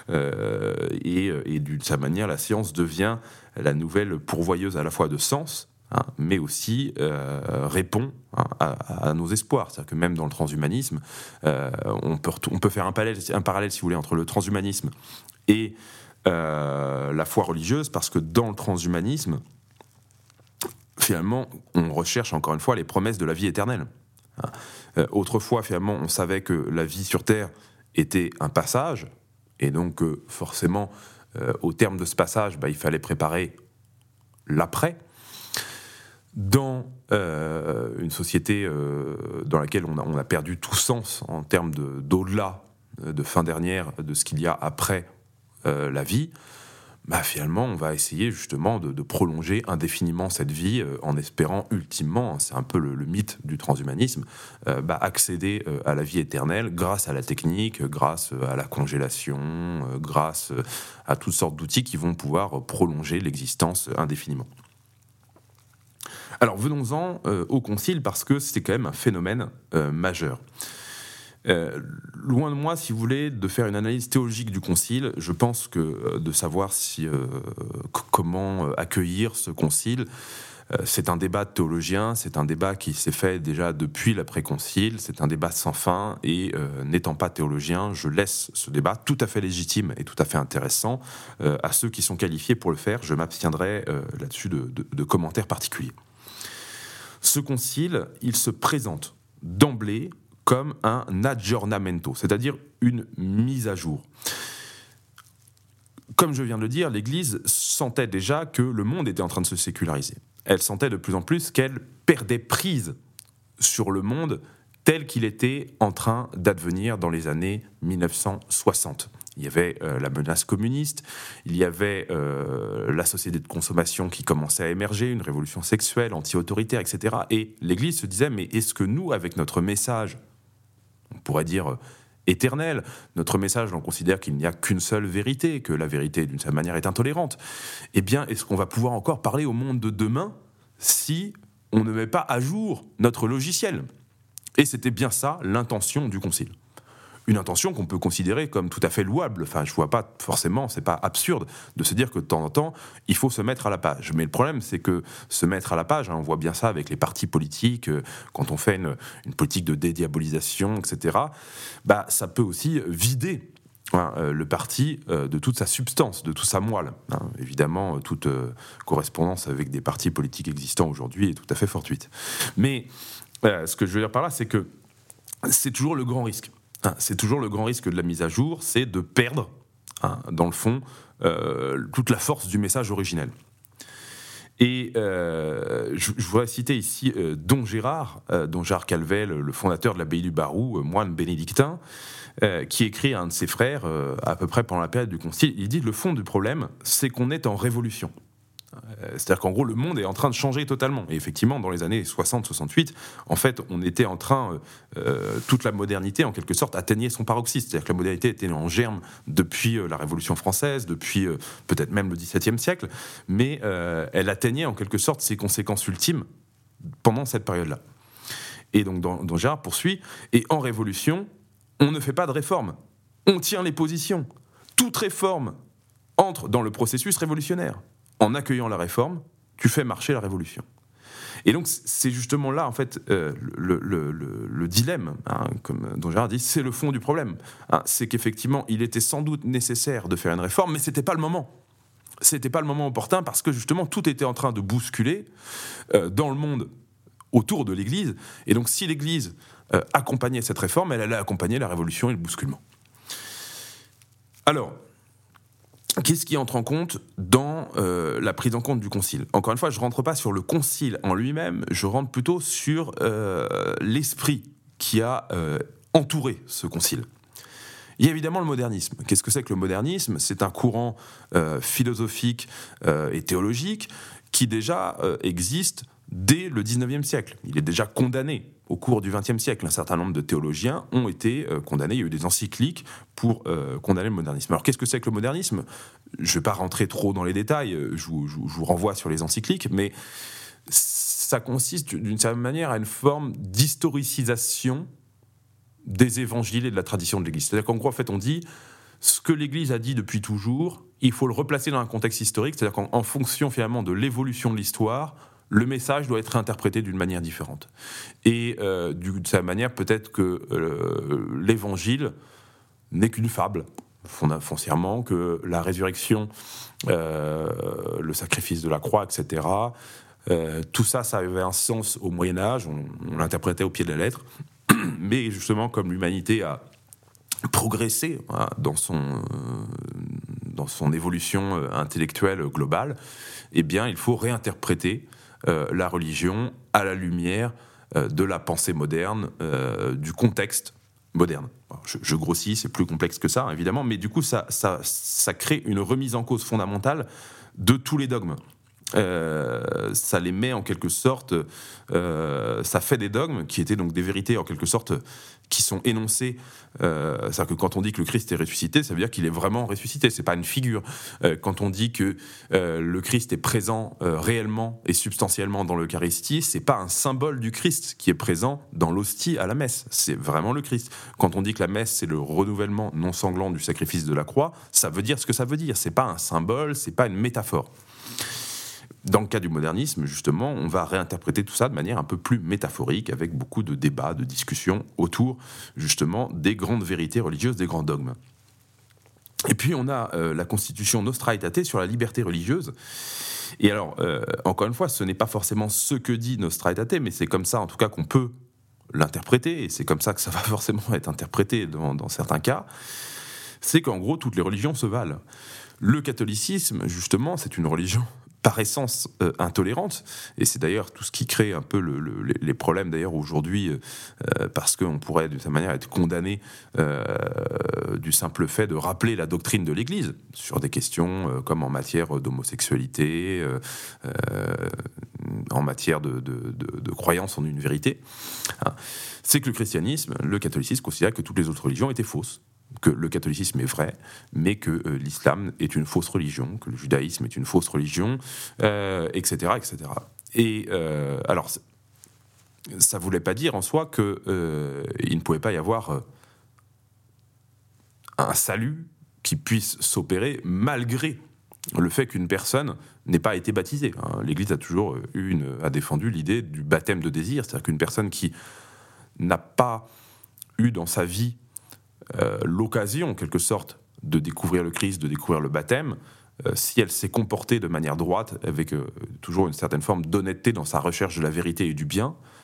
Et d'une certaine manière, la science devient la nouvelle pourvoyeuse à la fois de sens, mais aussi répond à nos espoirs. C'est-à-dire que même dans le transhumanisme, on peut faire un parallèle, si vous voulez, entre le transhumanisme et la foi religieuse, parce que dans le transhumanisme, finalement, on recherche encore une fois les promesses de la vie éternelle. Autrefois, finalement, on savait que la vie sur Terre était un passage, et donc forcément, au terme de ce passage, il fallait préparer l'après. Dans une société dans laquelle on a perdu tout sens en termes d'au-delà, de fin dernière, de ce qu'il y a après la vie, finalement, on va essayer justement de prolonger indéfiniment cette vie en espérant ultimement, c'est un peu le mythe du transhumanisme, accéder à la vie éternelle grâce à la technique, grâce à la congélation, grâce à toutes sortes d'outils qui vont pouvoir prolonger l'existence indéfiniment. Alors venons-en au Concile, parce que c'est quand même un phénomène majeur. Loin de moi, si vous voulez, de faire une analyse théologique du Concile. Je pense que de savoir comment accueillir ce Concile, c'est un débat de théologiens, c'est un débat qui s'est fait déjà depuis l'après-Concile, c'est un débat sans fin, et n'étant pas théologien, je laisse ce débat tout à fait légitime et tout à fait intéressant à ceux qui sont qualifiés pour le faire. Je m'abstiendrai là-dessus de commentaires particuliers. Ce Concile, il se présente d'emblée comme un aggiornamento, c'est-à-dire une mise à jour. Comme je viens de le dire, l'Église sentait déjà que le monde était en train de se séculariser. Elle sentait de plus en plus qu'elle perdait prise sur le monde tel qu'il était en train d'advenir dans les années 1960. Il y avait la menace communiste, il y avait la société de consommation qui commençait à émerger, une révolution sexuelle, anti-autoritaire, etc. Et l'Église se disait, mais est-ce que nous, avec notre message, on pourrait dire éternel, notre message, on considère qu'il n'y a qu'une seule vérité, que la vérité, d'une certaine manière, est intolérante, eh bien, est-ce qu'on va pouvoir encore parler au monde de demain si on ne met pas à jour notre logiciel ? Et c'était bien ça l'intention du Concile. Une intention qu'on peut considérer comme tout à fait louable. Enfin, je ne vois pas forcément, c'est pas absurde de se dire que de temps en temps, il faut se mettre à la page. Mais le problème, c'est que se mettre à la page, on voit bien ça avec les partis politiques, quand on fait une politique de dédiabolisation, etc., ça peut aussi vider le parti de toute sa substance, de toute sa moelle. Évidemment, toute correspondance avec des partis politiques existants aujourd'hui est tout à fait fortuite. Mais ce que je veux dire par là, c'est que c'est toujours le grand risque. C'est toujours le grand risque de la mise à jour, c'est de perdre, dans le fond, toute la force du message originel. Et je voudrais citer ici Don Gérard Calvet, le fondateur de l'abbaye du Barou, moine bénédictin, qui écrit à un de ses frères, à peu près pendant la période du Concile. Il dit: le fond du problème, c'est qu'on est en révolution. C'est-à-dire qu'en gros, le monde est en train de changer totalement. Et effectivement, dans les années 60-68, en fait, on était en train, toute la modernité, en quelque sorte, atteignait son paroxysme. C'est-à-dire que la modernité était en germe depuis la Révolution française, depuis peut-être même le XVIIe siècle, mais elle atteignait en quelque sorte ses conséquences ultimes pendant cette période-là. Et donc, Don Gérard poursuit, et en révolution, on ne fait pas de réforme, on tient les positions. Toute réforme entre dans le processus révolutionnaire. En accueillant la réforme, tu fais marcher la révolution. Et donc, c'est justement là, en fait, le dilemme, comme Don Gérard dit, c'est le fond du problème. C'est qu'effectivement, il était sans doute nécessaire de faire une réforme, mais c'était pas le moment. C'était pas le moment opportun parce que, justement, tout était en train de bousculer dans le monde autour de l'Église. Et donc, si l'Église accompagnait cette réforme, elle allait accompagner la révolution et le bousculement. Alors, qu'est-ce qui entre en compte dans la prise en compte du concile ? Encore une fois, je ne rentre pas sur le concile en lui-même, je rentre plutôt sur l'esprit qui a entouré ce concile. Il y a évidemment le modernisme. Qu'est-ce que c'est que le modernisme ? C'est un courant philosophique et théologique qui déjà existe dès le XIXe siècle. Il est déjà condamné au cours du XXe siècle. Un certain nombre de théologiens ont été condamnés. Il y a eu des encycliques pour condamner le modernisme. Alors qu'est-ce que c'est que le modernisme ? Je ne vais pas rentrer trop dans les détails, je vous renvoie sur les encycliques, mais ça consiste d'une certaine manière à une forme d'historicisation des évangiles et de la tradition de l'Église. C'est-à-dire qu'en gros, en fait, on dit ce que l'Église a dit depuis toujours, il faut le replacer dans un contexte historique, c'est-à-dire qu'en fonction finalement de l'évolution de l'histoire, le message doit être interprété d'une manière différente. Et de cette manière, peut-être que l'évangile n'est qu'une fable, foncièrement, que la résurrection, le sacrifice de la croix, etc., tout ça, ça avait un sens au Moyen-Âge, on l'interprétait au pied de la lettre, mais justement, comme l'humanité a progressé dans son évolution intellectuelle globale, eh bien, il faut réinterpréter la religion à la lumière de la pensée moderne, du contexte moderne. Alors, je grossis, c'est plus complexe que ça, évidemment, mais du coup, ça crée une remise en cause fondamentale de tous les dogmes. Ça les met en quelque sorte, ça fait des dogmes qui étaient donc des vérités en quelque sorte qui sont énoncées. C'est-à-dire que quand on dit que le Christ est ressuscité, ça veut dire qu'il est vraiment ressuscité. C'est pas une figure. Quand on dit que le Christ est présent réellement et substantiellement dans l'Eucharistie, c'est pas un symbole du Christ qui est présent dans l'hostie à la messe. C'est vraiment le Christ. Quand on dit que la messe c'est le renouvellement non sanglant du sacrifice de la croix, ça veut dire ce que ça veut dire. C'est pas un symbole, c'est pas une métaphore. Dans le cas du modernisme, justement, on va réinterpréter tout ça de manière un peu plus métaphorique, avec beaucoup de débats, de discussions autour, justement, des grandes vérités religieuses, des grands dogmes. Et puis, on a la constitution Nostra Aetate sur la liberté religieuse. Et alors, encore une fois, ce n'est pas forcément ce que dit Nostra Aetate, mais c'est comme ça, en tout cas, qu'on peut l'interpréter, et c'est comme ça que ça va forcément être interprété dans certains cas. C'est qu'en gros, toutes les religions se valent. Le catholicisme, justement, c'est une religion par essence intolérante, et c'est d'ailleurs tout ce qui crée un peu les problèmes d'ailleurs aujourd'hui, parce qu'on pourrait d'une certaine manière être condamné du simple fait de rappeler la doctrine de l'Église sur des questions comme en matière d'homosexualité, en matière de croyance en une vérité. C'est que le catholicisme considère que toutes les autres religions étaient fausses, que le catholicisme est vrai, mais que l'islam est une fausse religion, que le judaïsme est une fausse religion, etc., etc. Et alors, ça ne voulait pas dire en soi qu'il ne pouvait pas y avoir un salut qui puisse s'opérer malgré le fait qu'une personne n'ait pas été baptisée. L'Église a toujours a défendu l'idée du baptême de désir, c'est-à-dire qu'une personne qui n'a pas eu dans sa vie l'occasion, en quelque sorte, de découvrir le Christ, de découvrir le baptême, si elle s'est comportée de manière droite, avec toujours une certaine forme d'honnêteté dans sa recherche de la vérité et du bien,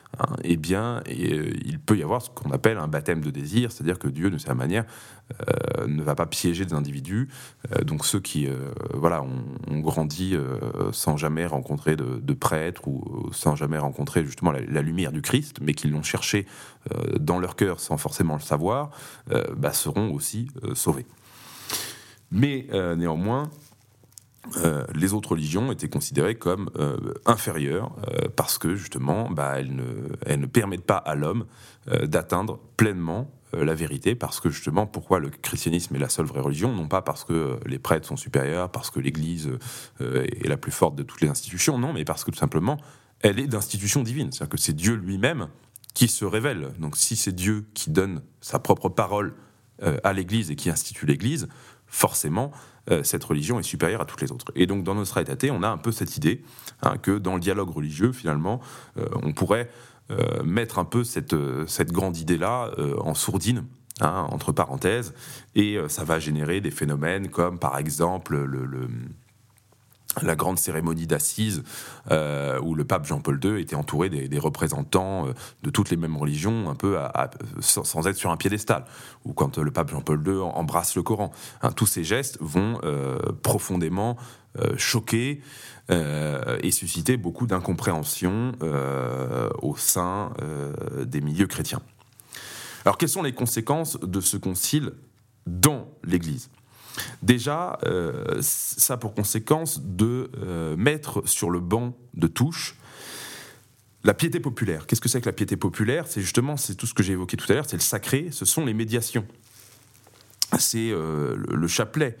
eh bien, il peut y avoir ce qu'on appelle un baptême de désir, c'est-à-dire que Dieu, de sa manière, ne va pas piéger des individus. Donc ceux qui ont grandi sans jamais rencontrer de prêtre ou sans jamais rencontrer justement la lumière du Christ, mais qui l'ont cherché dans leur cœur sans forcément le savoir, seront aussi sauvés. Mais néanmoins, les autres religions étaient considérées comme inférieures parce que justement elles ne permettent pas à l'homme d'atteindre pleinement la vérité, parce que justement, pourquoi le christianisme est la seule vraie religion? Non pas parce que les prêtres sont supérieurs, parce que l'Église est la plus forte de toutes les institutions, non, mais parce que tout simplement elle est d'institution divine, c'est-à-dire que c'est Dieu lui-même qui se révèle. Donc si c'est Dieu qui donne sa propre parole à l'Église et qui institue l'Église, forcément, cette religion est supérieure à toutes les autres. Et donc, dans Nostra Aetate, on a un peu cette idée que dans le dialogue religieux, finalement, on pourrait mettre un peu cette grande idée-là en sourdine, entre parenthèses, et ça va générer des phénomènes comme, par exemple, la grande cérémonie d'Assise, où le pape Jean-Paul II était entouré des représentants de toutes les mêmes religions, un peu sans être sur un piédestal, ou quand le pape Jean-Paul II embrasse le Coran. Tous ces gestes vont profondément choquer et susciter beaucoup d'incompréhension au sein des milieux chrétiens. Alors, quelles sont les conséquences de ce concile dans l'Église ? Déjà, ça a pour conséquence de mettre sur le banc de touche la piété populaire. Qu'est-ce que c'est que la piété populaire ? C'est tout ce que j'ai évoqué tout à l'heure, c'est le sacré, ce sont les médiations. C'est le chapelet.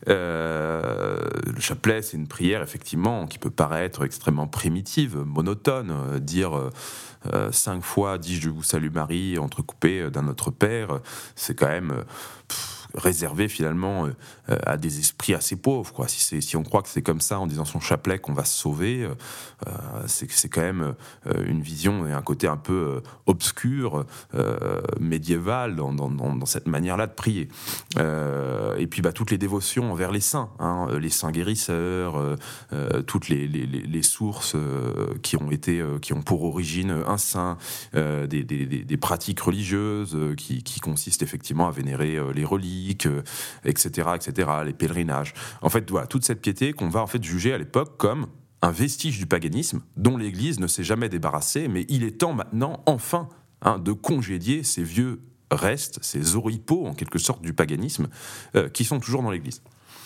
Le chapelet, c'est une prière, effectivement, qui peut paraître extrêmement primitive, monotone. Dire 5 fois « dis je vous salue Marie » entrecoupé d'un Notre Père, c'est quand même réservé finalement à des esprits assez pauvres, quoi. Si on croit que c'est comme ça, en disant son chapelet, qu'on va se sauver, c'est quand même une vision et un côté un peu obscur, médiéval dans cette manière-là de prier. Et puis toutes les dévotions envers les saints, les saints guérisseurs, toutes les sources qui ont pour origine un saint, des pratiques religieuses qui consistent effectivement à vénérer les reliques, etc., les pèlerinages. En fait, voilà, toute cette piété qu'on va en fait juger à l'époque comme un vestige du paganisme dont l'Église ne s'est jamais débarrassée, mais il est temps maintenant, enfin, de congédier ces vieux restes, ces oripeaux en quelque sorte du paganisme qui sont toujours dans l'Église.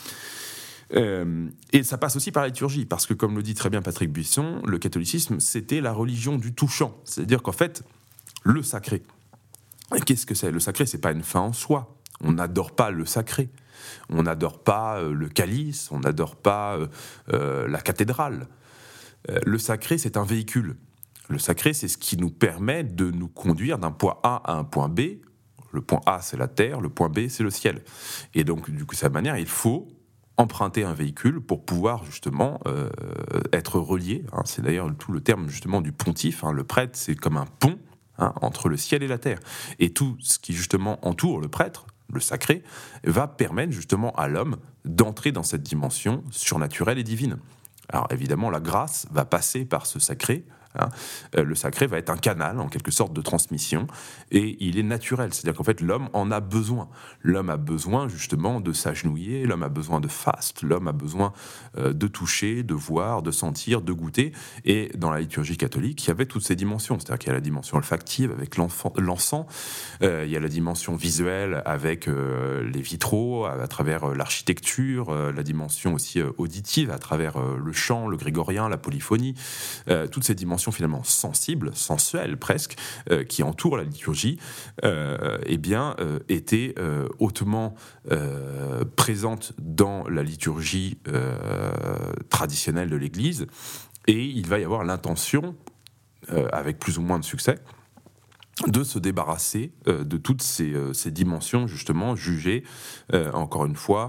Et ça passe aussi par la liturgie, parce que comme le dit très bien Patrick Buisson, le catholicisme, c'était la religion du touchant. C'est-à-dire qu'en fait, le sacré, qu'est-ce que c'est ? Le sacré, c'est pas une fin en soi. On n'adore pas le sacré. On n'adore pas le calice, on n'adore pas la cathédrale. Le sacré, c'est un véhicule. Le sacré, c'est ce qui nous permet de nous conduire d'un point A à un point B. Le point A, c'est la terre, le point B, c'est le ciel. Et donc, du coup, de cette manière, il faut emprunter un véhicule pour pouvoir justement être relié. C'est d'ailleurs tout le terme justement du pontife. Le prêtre, c'est comme un pont entre le ciel et la terre. Et tout ce qui justement entoure le prêtre, le sacré, va permettre justement à l'homme d'entrer dans cette dimension surnaturelle et divine. Alors évidemment, la grâce va passer par ce sacré. Le sacré va être un canal, en quelque sorte, de transmission, et il est naturel. C'est-à-dire qu'en fait, l'homme en a besoin. L'homme a besoin, justement, de s'agenouiller, l'homme a besoin de faste, l'homme a besoin de toucher, de voir, de sentir, de goûter. Et dans la liturgie catholique, il y avait toutes ces dimensions. C'est-à-dire qu'il y a la dimension olfactive avec l'encens, il y a la dimension visuelle avec les vitraux, à travers l'architecture, la dimension aussi auditive, à travers le chant, le grégorien, la polyphonie, toutes ces dimensions finalement sensibles, sensuelles presque, qui entourent la liturgie, étaient hautement présentes dans la liturgie traditionnelle de l'Église, et il va y avoir l'intention, avec plus ou moins de succès, de se débarrasser de toutes ces dimensions justement jugées, encore une fois,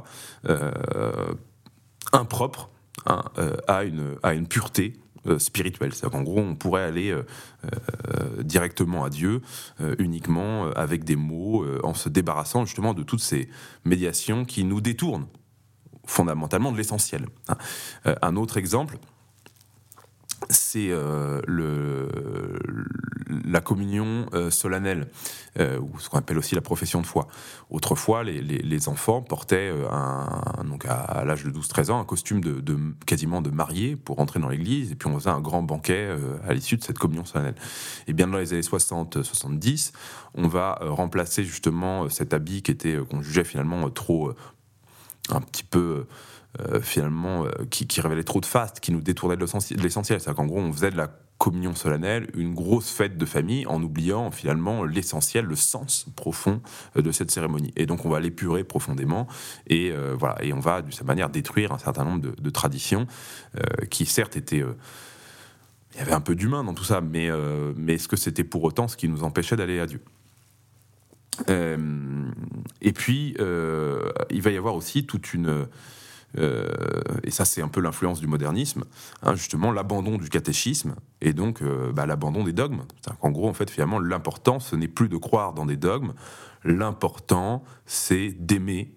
impropres à une pureté spirituelle. C'est-à-dire qu'en gros, on pourrait aller directement à Dieu uniquement avec des mots, en se débarrassant justement de toutes ces médiations qui nous détournent fondamentalement de l'essentiel. Un autre exemple, c'est la communion solennelle, ou ce qu'on appelle aussi la profession de foi. Autrefois, les enfants portaient, donc à l'âge de 12-13 ans, un costume quasiment de marié pour entrer dans l'église, et puis on faisait un grand banquet à l'issue de cette communion solennelle. Et bien dans les années 60-70, on va remplacer justement cet habit qu'on jugeait finalement trop, un petit peu... qui révélait trop de faste, qui nous détournait de l'essentiel. C'est-à-dire qu'en gros, on faisait de la communion solennelle une grosse fête de famille en oubliant finalement l'essentiel, le sens profond de cette cérémonie. Et donc on va l'épurer profondément et on va de cette manière détruire un certain nombre de traditions qui certes étaient... il y avait un peu d'humain dans tout ça, mais est-ce que c'était pour autant ce qui nous empêchait d'aller à Dieu ? Et puis, il va y avoir aussi toute une... et ça c'est un peu l'influence du modernisme, justement l'abandon du catéchisme et donc l'abandon des dogmes. C'est-à-dire qu'en gros, en fait, finalement, l'important, ce n'est plus de croire dans des dogmes, l'important, c'est d'aimer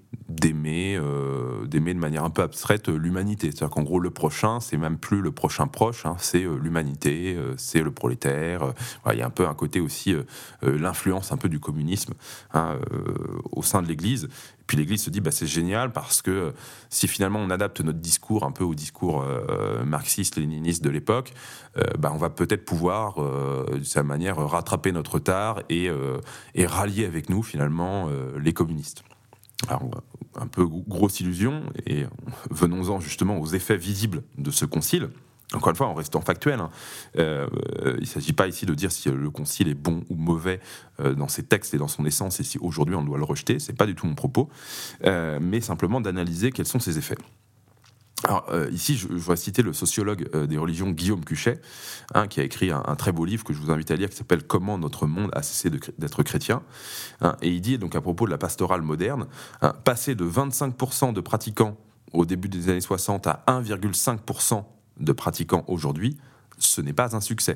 de manière un peu abstraite l'humanité. C'est-à-dire qu'en gros, le prochain, c'est même plus le prochain proche, c'est l'humanité, c'est le prolétaire. Il y a un peu un côté aussi, l'influence un peu du communisme au sein de l'Église. Et puis l'Église se dit, c'est génial parce que si finalement on adapte notre discours un peu au discours marxiste-léniniste de l'époque, on va peut-être pouvoir, de sa manière, rattraper notre retard et rallier avec nous finalement les communistes. Alors, un peu grosse illusion, et venons-en justement aux effets visibles de ce concile. Encore une fois, en restant factuel, il ne s'agit pas ici de dire si le concile est bon ou mauvais dans ses textes et dans son essence, et si aujourd'hui on doit le rejeter, c'est pas du tout mon propos, mais simplement d'analyser quels sont ses effets. Alors ici, je voudrais citer le sociologue des religions Guillaume Cuchet, qui a écrit un très beau livre que je vous invite à lire, qui s'appelle « Comment notre monde a cessé d'être chrétien ». Et il dit donc à propos de la pastorale moderne, passer de 25% de pratiquants au début des années 60 à 1,5% de pratiquants aujourd'hui, ce n'est pas un succès.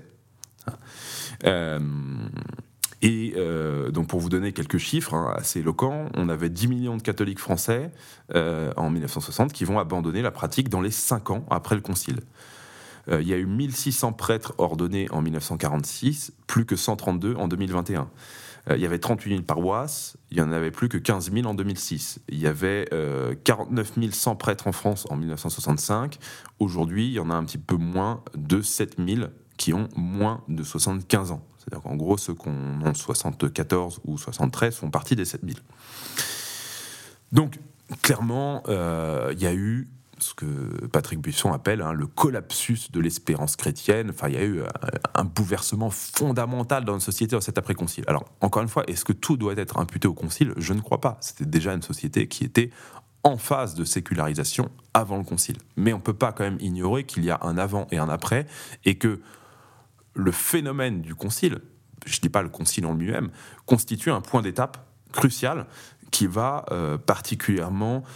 Donc pour vous donner quelques chiffres assez éloquents, on avait 10 millions de catholiques français en 1960 qui vont abandonner la pratique dans les 5 ans après le concile. Il y a eu 1600 prêtres ordonnés en 1946, plus que 132 en 2021. Il y avait 38 000 paroisses, il n'y en avait plus que 15 000 en 2006. Il y avait 49 100 prêtres en France en 1965. Aujourd'hui, il y en a un petit peu moins de 7 000 qui ont moins de 75 ans. C'est-à-dire qu'en gros, ceux qui ont 74 ou 73 font partie des 7 000. Donc, clairement, il y a eu ce que Patrick Buisson appelle le collapsus de l'espérance chrétienne. Enfin, il y a eu un bouleversement fondamental dans notre société dans cet après-concile. Alors, encore une fois, est-ce que tout doit être imputé au concile ? Je ne crois pas. C'était déjà une société qui était en phase de sécularisation avant le concile. Mais on ne peut pas quand même ignorer qu'il y a un avant et un après, et que le phénomène du concile, je ne dis pas le concile en lui-même, constitue un point d'étape crucial qui va particulièrement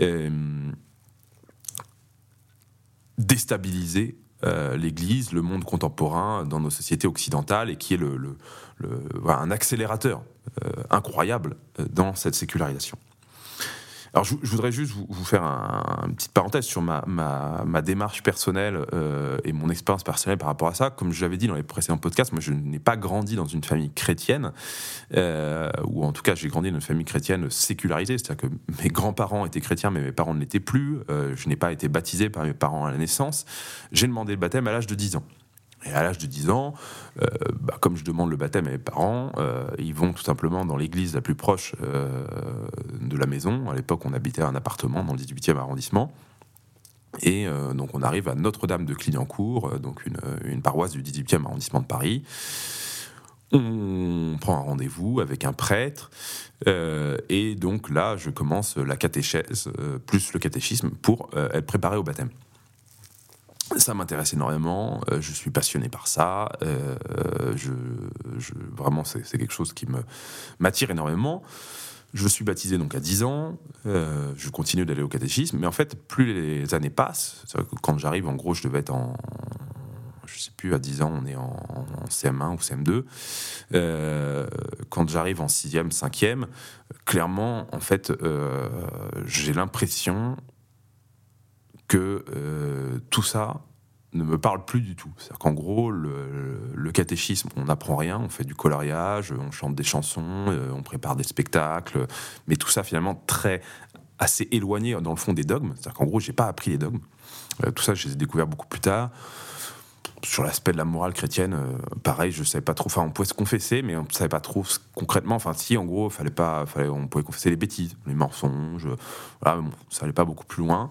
déstabiliser l'Église, le monde contemporain dans nos sociétés occidentales, et qui est un accélérateur incroyable dans cette sécularisation. Alors je voudrais juste vous faire une petite parenthèse sur ma démarche personnelle et mon expérience personnelle par rapport à ça. Comme je l'avais dit dans les précédents podcasts, moi je n'ai pas grandi dans une famille chrétienne, ou en tout cas j'ai grandi dans une famille chrétienne sécularisée, c'est-à-dire que mes grands-parents étaient chrétiens mais mes parents ne l'étaient plus, je n'ai pas été baptisé par mes parents à la naissance, j'ai demandé le baptême à l'âge de 10 ans. Et à l'âge de 10 ans, comme je demande le baptême à mes parents, ils vont tout simplement dans l'église la plus proche de la maison. À l'époque, on habitait un appartement dans le 18e arrondissement. Et donc on arrive à Notre-Dame de Clignancourt, donc une paroisse du 18e arrondissement de Paris. On prend un rendez-vous avec un prêtre, et donc là, je commence la catéchèse, plus le catéchisme, pour être préparé au baptême. Ça m'intéresse énormément, je suis passionné par ça, vraiment c'est quelque chose qui m'attire énormément. Je suis baptisé donc à 10 ans, je continue d'aller au catéchisme, mais en fait, plus les années passent, quand j'arrive, en gros, je devais être je sais plus, à 10 ans, on est en CM1 ou CM2. Quand j'arrive en 6e, 5e, clairement, en fait, j'ai l'impression que tout ça ne me parle plus du tout. C'est-à-dire qu'en gros, le catéchisme, on n'apprend rien, on fait du coloriage, on chante des chansons, on prépare des spectacles, mais tout ça finalement assez éloigné dans le fond des dogmes. C'est-à-dire qu'en gros, j'ai pas appris les dogmes. Tout ça, je les ai découverts beaucoup plus tard. Sur l'aspect de la morale chrétienne, pareil, je savais pas trop. Enfin, on pouvait se confesser, mais on savait pas trop concrètement. Enfin, si, en gros, on pouvait confesser les bêtises, les mensonges. Voilà, bon, ça allait pas beaucoup plus loin.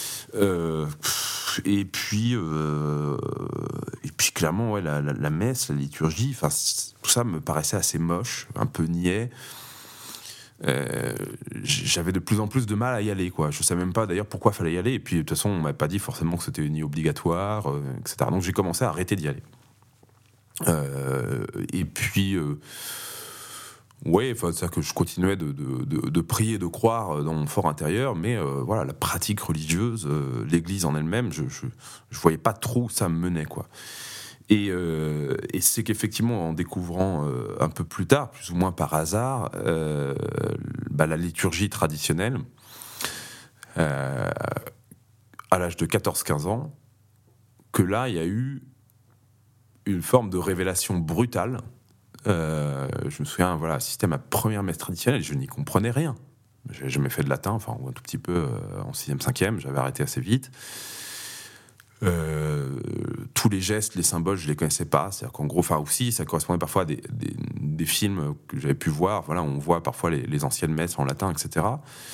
Et puis clairement, ouais, la messe, la liturgie, enfin, tout ça me paraissait assez moche, un peu niais. J'avais de plus en plus de mal à y aller, quoi. Je savais même pas d'ailleurs pourquoi il fallait y aller, et puis de toute façon on m'avait pas dit forcément que c'était ni obligatoire, etc. Donc j'ai commencé à arrêter d'y aller. Et puis ouais, enfin, c'est-à-dire que je continuais de prier, de croire dans mon fort intérieur, mais voilà, la pratique religieuse, l'église en elle-même, je voyais pas trop où ça me menait, quoi. Et c'est qu'effectivement, en découvrant un peu plus tard, plus ou moins par hasard, la liturgie traditionnelle, à l'âge de 14-15 ans, que là, il y a eu une forme de révélation brutale. Je me souviens, voilà, assisté à ma première messe traditionnelle, je n'y comprenais rien. J'avais jamais fait de latin, enfin, un tout petit peu en 6e, 5e, j'avais arrêté assez vite. Tous les gestes, les symboles, je les connaissais pas. C'est-à-dire qu'en gros, enfin aussi, ça correspondait parfois à des films que j'avais pu voir. Voilà, on voit parfois les anciennes messes en latin, etc.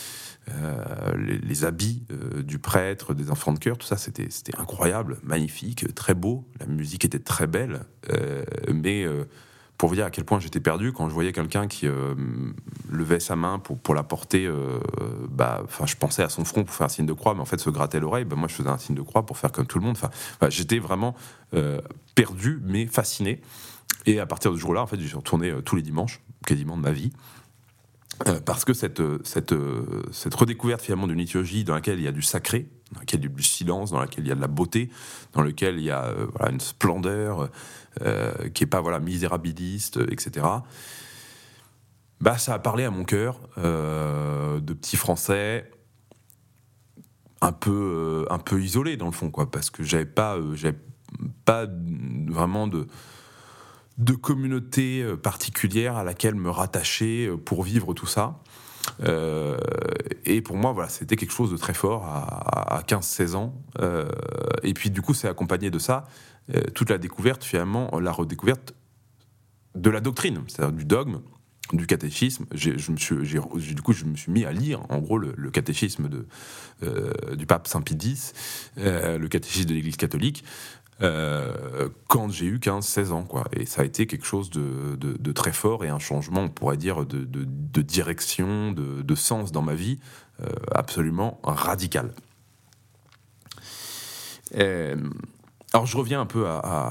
Les habits du prêtre, des enfants de chœur, tout ça, c'était incroyable, magnifique, très beau. La musique était très belle, mais pour vous dire à quel point j'étais perdu quand je voyais quelqu'un qui levait sa main pour la porter, je pensais à son front pour faire un signe de croix, mais en fait se grattait l'oreille, moi je faisais un signe de croix pour faire comme tout le monde. J'étais vraiment perdu, mais fasciné. Et à partir de ce jour-là, en fait, j'ai retourné tous les dimanches, quasiment de ma vie. Parce que cette redécouverte finalement d'une liturgie dans laquelle il y a du sacré, dans laquelle il y a du silence, dans laquelle il y a de la beauté, dans laquelle il y a une splendeur qui n'est pas misérabiliste, etc. Ça a parlé à mon cœur de petit Français un peu isolé dans le fond, quoi, parce que j'avais pas vraiment de communauté particulière à laquelle me rattacher pour vivre tout ça. Et pour moi, voilà, c'était quelque chose de très fort à 15-16 ans. Et puis du coup, c'est accompagné de ça, toute la découverte, finalement, la redécouverte de la doctrine, c'est-à-dire du dogme, du catéchisme. Je me suis mis à lire, en gros, le catéchisme du pape Saint Pie X, le catéchisme de l'Église catholique, quand j'ai eu 15-16 ans, quoi. Et ça a été quelque chose de très fort et un changement, on pourrait dire, de direction, de sens dans ma vie, absolument radical. Alors je reviens un peu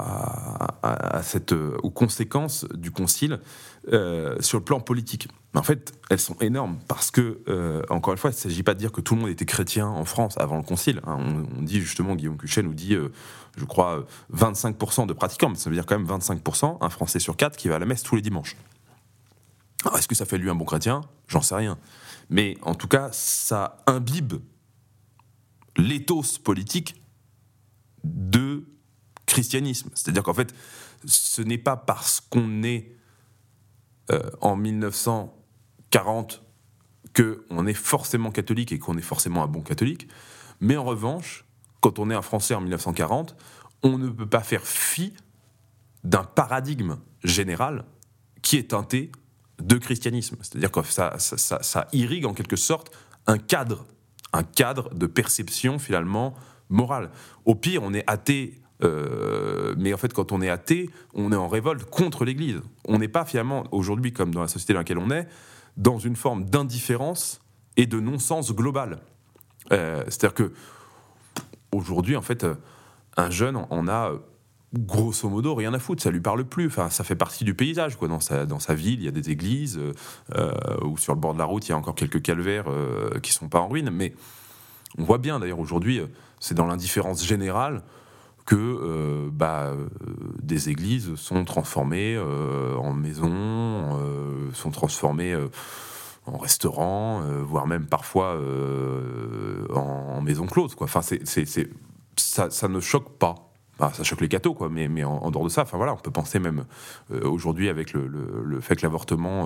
aux conséquences du concile sur le plan politique. En fait, elles sont énormes parce que, encore une fois, il ne s'agit pas de dire que tout le monde était chrétien en France avant le concile. On dit justement, Guillaume Cuchet nous dit, je crois, 25% de pratiquants, mais ça veut dire quand même 25%, un Français sur 4 qui va à la messe tous les dimanches. Alors, est-ce que ça fait de lui un bon chrétien ? J'en sais rien. Mais en tout cas, ça imbibe l'éthos politique de christianisme. C'est-à-dire qu'en fait, ce n'est pas parce qu'on est en 1940 qu'on est forcément catholique et qu'on est forcément un bon catholique, mais en revanche, quand on est un Français en 1940, on ne peut pas faire fi d'un paradigme général qui est teinté de christianisme. C'est-à-dire que ça irrigue en quelque sorte un cadre de perception finalement morale. Au pire, on est athée, mais en fait, quand on est athée, on est en révolte contre l'Église. On n'est pas finalement, aujourd'hui, comme dans la société dans laquelle on est, dans une forme d'indifférence et de non-sens global. C'est-à-dire que aujourd'hui, en fait, un jeune en a grosso modo rien à foutre, ça lui parle plus. Enfin, ça fait partie du paysage, quoi. Dans sa ville, il y a des églises, ou sur le bord de la route, il y a encore quelques calvaires qui sont pas en ruine, mais on voit bien, d'ailleurs, aujourd'hui, c'est dans l'indifférence générale que des églises sont transformées en maisons, sont transformées en restaurants, voire même parfois en maisons closes, quoi. Enfin, ça ne choque pas. ça choque les cathos, quoi, mais en dehors de ça, enfin voilà, on peut penser même aujourd'hui avec le fait que l'avortement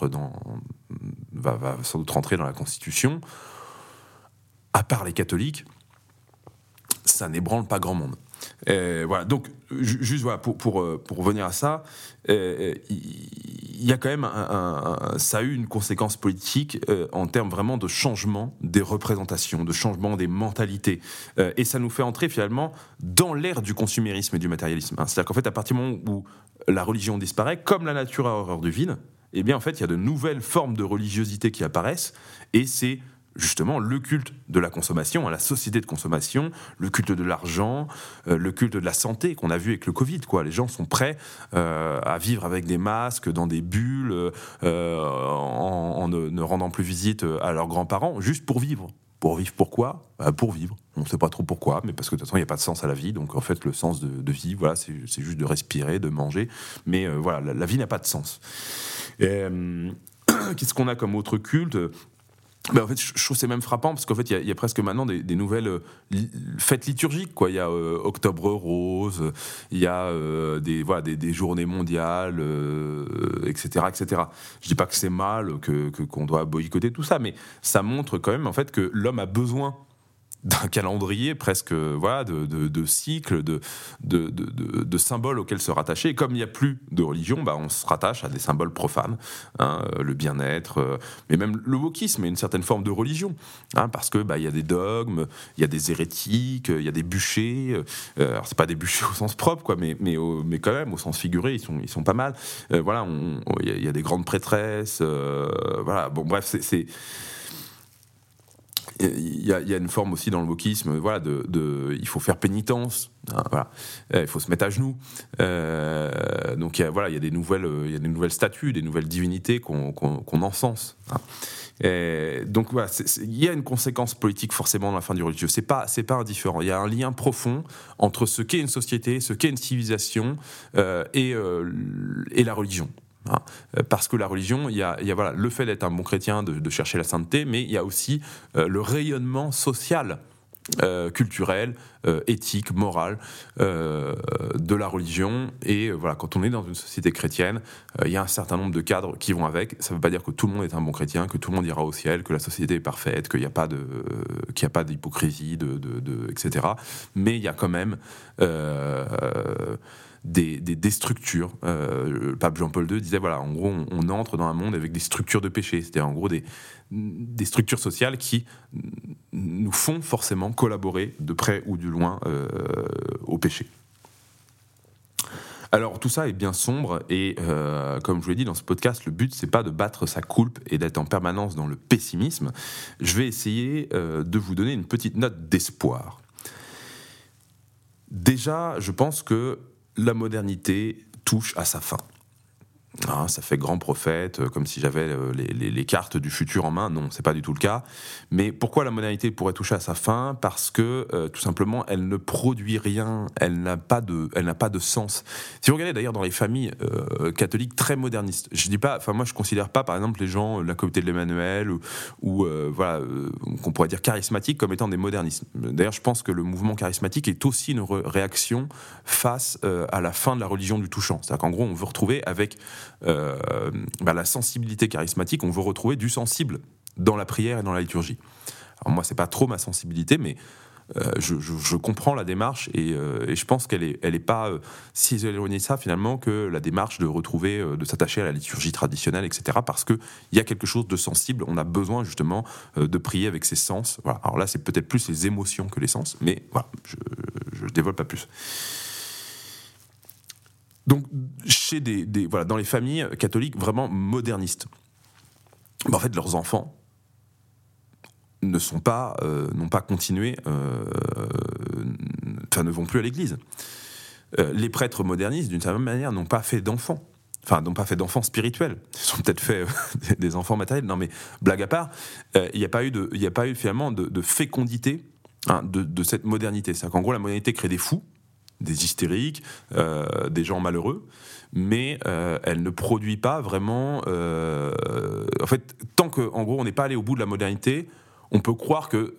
va sans doute rentrer dans la Constitution. À part les catholiques, ça n'ébranle pas grand monde. Voilà, donc juste voilà, pour revenir à ça, il y a quand même ça a eu une conséquence politique en termes vraiment de changement des représentations, de changement des mentalités, et ça nous fait entrer finalement dans l'ère du consumérisme et du matérialisme. C'est-à-dire qu'en fait, à partir du moment où la religion disparaît, comme la nature a horreur du vide, eh bien en fait, il y a de nouvelles formes de religiosité qui apparaissent, et c'est justement le culte de la consommation, la société de consommation, le culte de l'argent, le culte de la santé qu'on a vu avec le Covid, quoi. Les gens sont prêts à vivre avec des masques, dans des bulles, en ne rendant plus visite à leurs grands-parents, juste pour vivre. Pour vivre pourquoi ? Pour vivre. On ne sait pas trop pourquoi, mais parce que de toute façon, il n'y a pas de sens à la vie. Donc en fait, le sens de vie, voilà, c'est juste de respirer, de manger. Mais voilà, la vie n'a pas de sens. Qu'est-ce qu'on a comme autre culte ? En fait, je trouve que c'est même frappant parce qu'en fait, il y a presque maintenant des nouvelles fêtes liturgiques, quoi. Il y a Octobre Rose, il y a des journées mondiales, etc., etc. Je dis pas que c'est mal, qu'on doit boycotter tout ça, mais ça montre quand même en fait que l'homme a besoin d'un calendrier presque de cycles, de symboles auxquels se rattacher. Et comme il n'y a plus de religion, on se rattache à des symboles profanes, le bien-être, mais même le wokisme est une certaine forme de religion, parce que il y a des dogmes, il y a des hérétiques, il y a des bûchers. Alors c'est pas des bûchers au sens propre, quoi, mais quand même au sens figuré, ils sont pas mal. Voilà, il y a des grandes prêtresses. Voilà, bon bref, c'est il y a une forme aussi dans le wokisme, voilà, il faut faire pénitence, voilà, il faut se mettre à genoux, donc il y a des nouvelles statues, des nouvelles divinités qu'on encense. Donc voilà, il y a une conséquence politique forcément dans la fin du religieux. C'est pas indifférent. Il y a un lien profond entre ce qu'est une société, ce qu'est une civilisation, et la religion. Parce que la religion, il y a voilà, le fait d'être un bon chrétien, de chercher la sainteté, mais il y a aussi le rayonnement social, culturel, éthique, moral de la religion. Et voilà, quand on est dans une société chrétienne, il y a un certain nombre de cadres qui vont avec. Ça ne veut pas dire que tout le monde est un bon chrétien, que tout le monde ira au ciel, que la société est parfaite, qu'il n'y a pas d'hypocrisie, etc. Mais il y a quand même des structures. Le pape Jean-Paul II disait, voilà, en gros, on entre dans un monde avec des structures de péché, c'est-à-dire en gros des structures sociales qui nous font forcément collaborer de près ou de loin au péché. Alors tout ça est bien sombre et comme je vous l'ai dit dans ce podcast, le but c'est pas de battre sa coulpe et d'être en permanence dans le pessimisme. Je vais essayer de vous donner une petite note d'espoir. Déjà, je pense que la modernité touche à sa fin. Ça fait grand prophète, comme si j'avais les cartes du futur en main. Non, c'est pas du tout le cas. Mais pourquoi la modernité pourrait toucher à sa fin ? Parce que tout simplement, elle ne produit rien. Elle n'a pas de sens. Si vous regardez d'ailleurs dans les familles catholiques très modernistes, je dis pas. Enfin, moi, je considère pas, par exemple, les gens de la communauté de l'Emmanuel ou qu'on pourrait dire charismatiques comme étant des modernistes. D'ailleurs, je pense que le mouvement charismatique est aussi une réaction face à la fin de la religion du touchant. C'est-à-dire qu'en gros, on veut retrouver avec la sensibilité charismatique, on veut retrouver du sensible dans la prière et dans la liturgie. Alors moi, c'est pas trop ma sensibilité, mais je comprends la démarche et je pense qu'elle est pas si éloignée de ça finalement que la démarche de retrouver, de s'attacher à la liturgie traditionnelle, etc. Parce que il y a quelque chose de sensible. On a besoin justement de prier avec ses sens. Voilà. Alors là, c'est peut-être plus les émotions que les sens, mais voilà, je développe pas plus. Donc, chez dans les familles catholiques vraiment modernistes, en fait, leurs enfants n'ont pas continué, ne vont plus à l'église. Les prêtres modernistes, d'une certaine manière, n'ont pas fait d'enfants. Enfin, n'ont pas fait d'enfants spirituels. Ils ont peut-être fait des enfants matériels. Non, mais blague à part, il n'y a pas eu finalement de fécondité de cette modernité. C'est-à-dire qu'en gros, la modernité crée des fous, des hystériques, des gens malheureux, mais elle ne produit pas vraiment... en fait, tant qu'en gros, on n'est pas allé au bout de la modernité, on peut croire que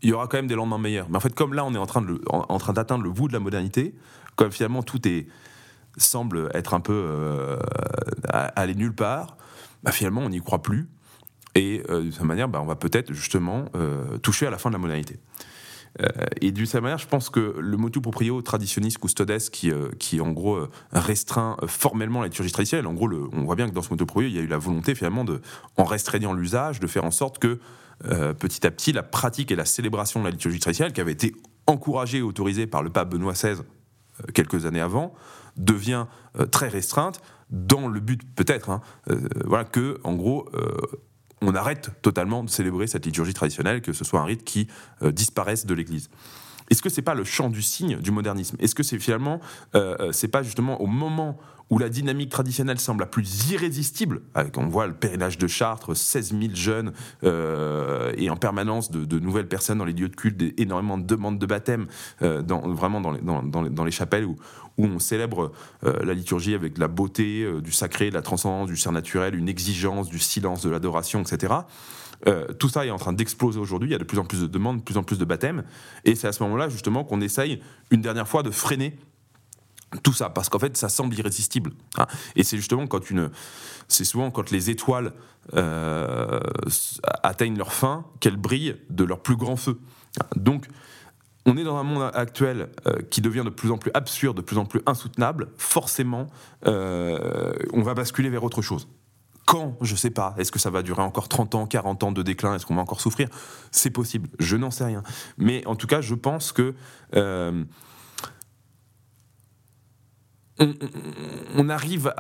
il y aura quand même des lendemains meilleurs. Mais en fait, comme là, on est en train d'atteindre le bout de la modernité, comme finalement tout semble être un peu aller nulle part, bah, finalement, on n'y croit plus. Et de cette manière, on va peut-être justement toucher à la fin de la modernité. Et d'une certaine manière, je pense que le motu proprio traditionis custodes, qui en gros restreint formellement la liturgie traditionnelle, en gros, on voit bien que dans ce motu proprio, il y a eu la volonté finalement, en restreignant l'usage, de faire en sorte que petit à petit, la pratique et la célébration de la liturgie traditionnelle, qui avait été encouragée et autorisée par le pape Benoît XVI quelques années avant, devient très restreinte, dans le but peut-être que, en gros, on arrête totalement de célébrer cette liturgie traditionnelle, que ce soit un rite qui disparaisse de l'Église. Est-ce que c'est pas le chant du cygne du modernisme ? Est-ce que c'est finalement, c'est pas justement au moment où la dynamique traditionnelle semble la plus irrésistible, on voit le pèlerinage de Chartres, 16 000 jeunes, et en permanence de nouvelles personnes dans les lieux de culte, énormément de demandes de baptême, dans les chapelles où on célèbre la liturgie avec de la beauté, du sacré, de la transcendance, du surnaturel, une exigence, du silence, de l'adoration, etc. Tout ça est en train d'exploser aujourd'hui, il y a de plus en plus de demandes, de plus en plus de baptêmes, et c'est à ce moment-là justement qu'on essaye une dernière fois de freiner tout ça, parce qu'en fait ça semble irrésistible, et c'est justement c'est souvent quand les étoiles atteignent leur fin qu'elles brillent de leur plus grand feu. Donc on est dans un monde actuel qui devient de plus en plus absurde, de plus en plus insoutenable. Forcément, on va basculer vers autre chose. Quand ? Je ne sais pas. Est-ce que ça va durer encore 30 ans, 40 ans de déclin ? Est-ce qu'on va encore souffrir ? C'est possible. Je n'en sais rien. Mais en tout cas, je pense que on arrive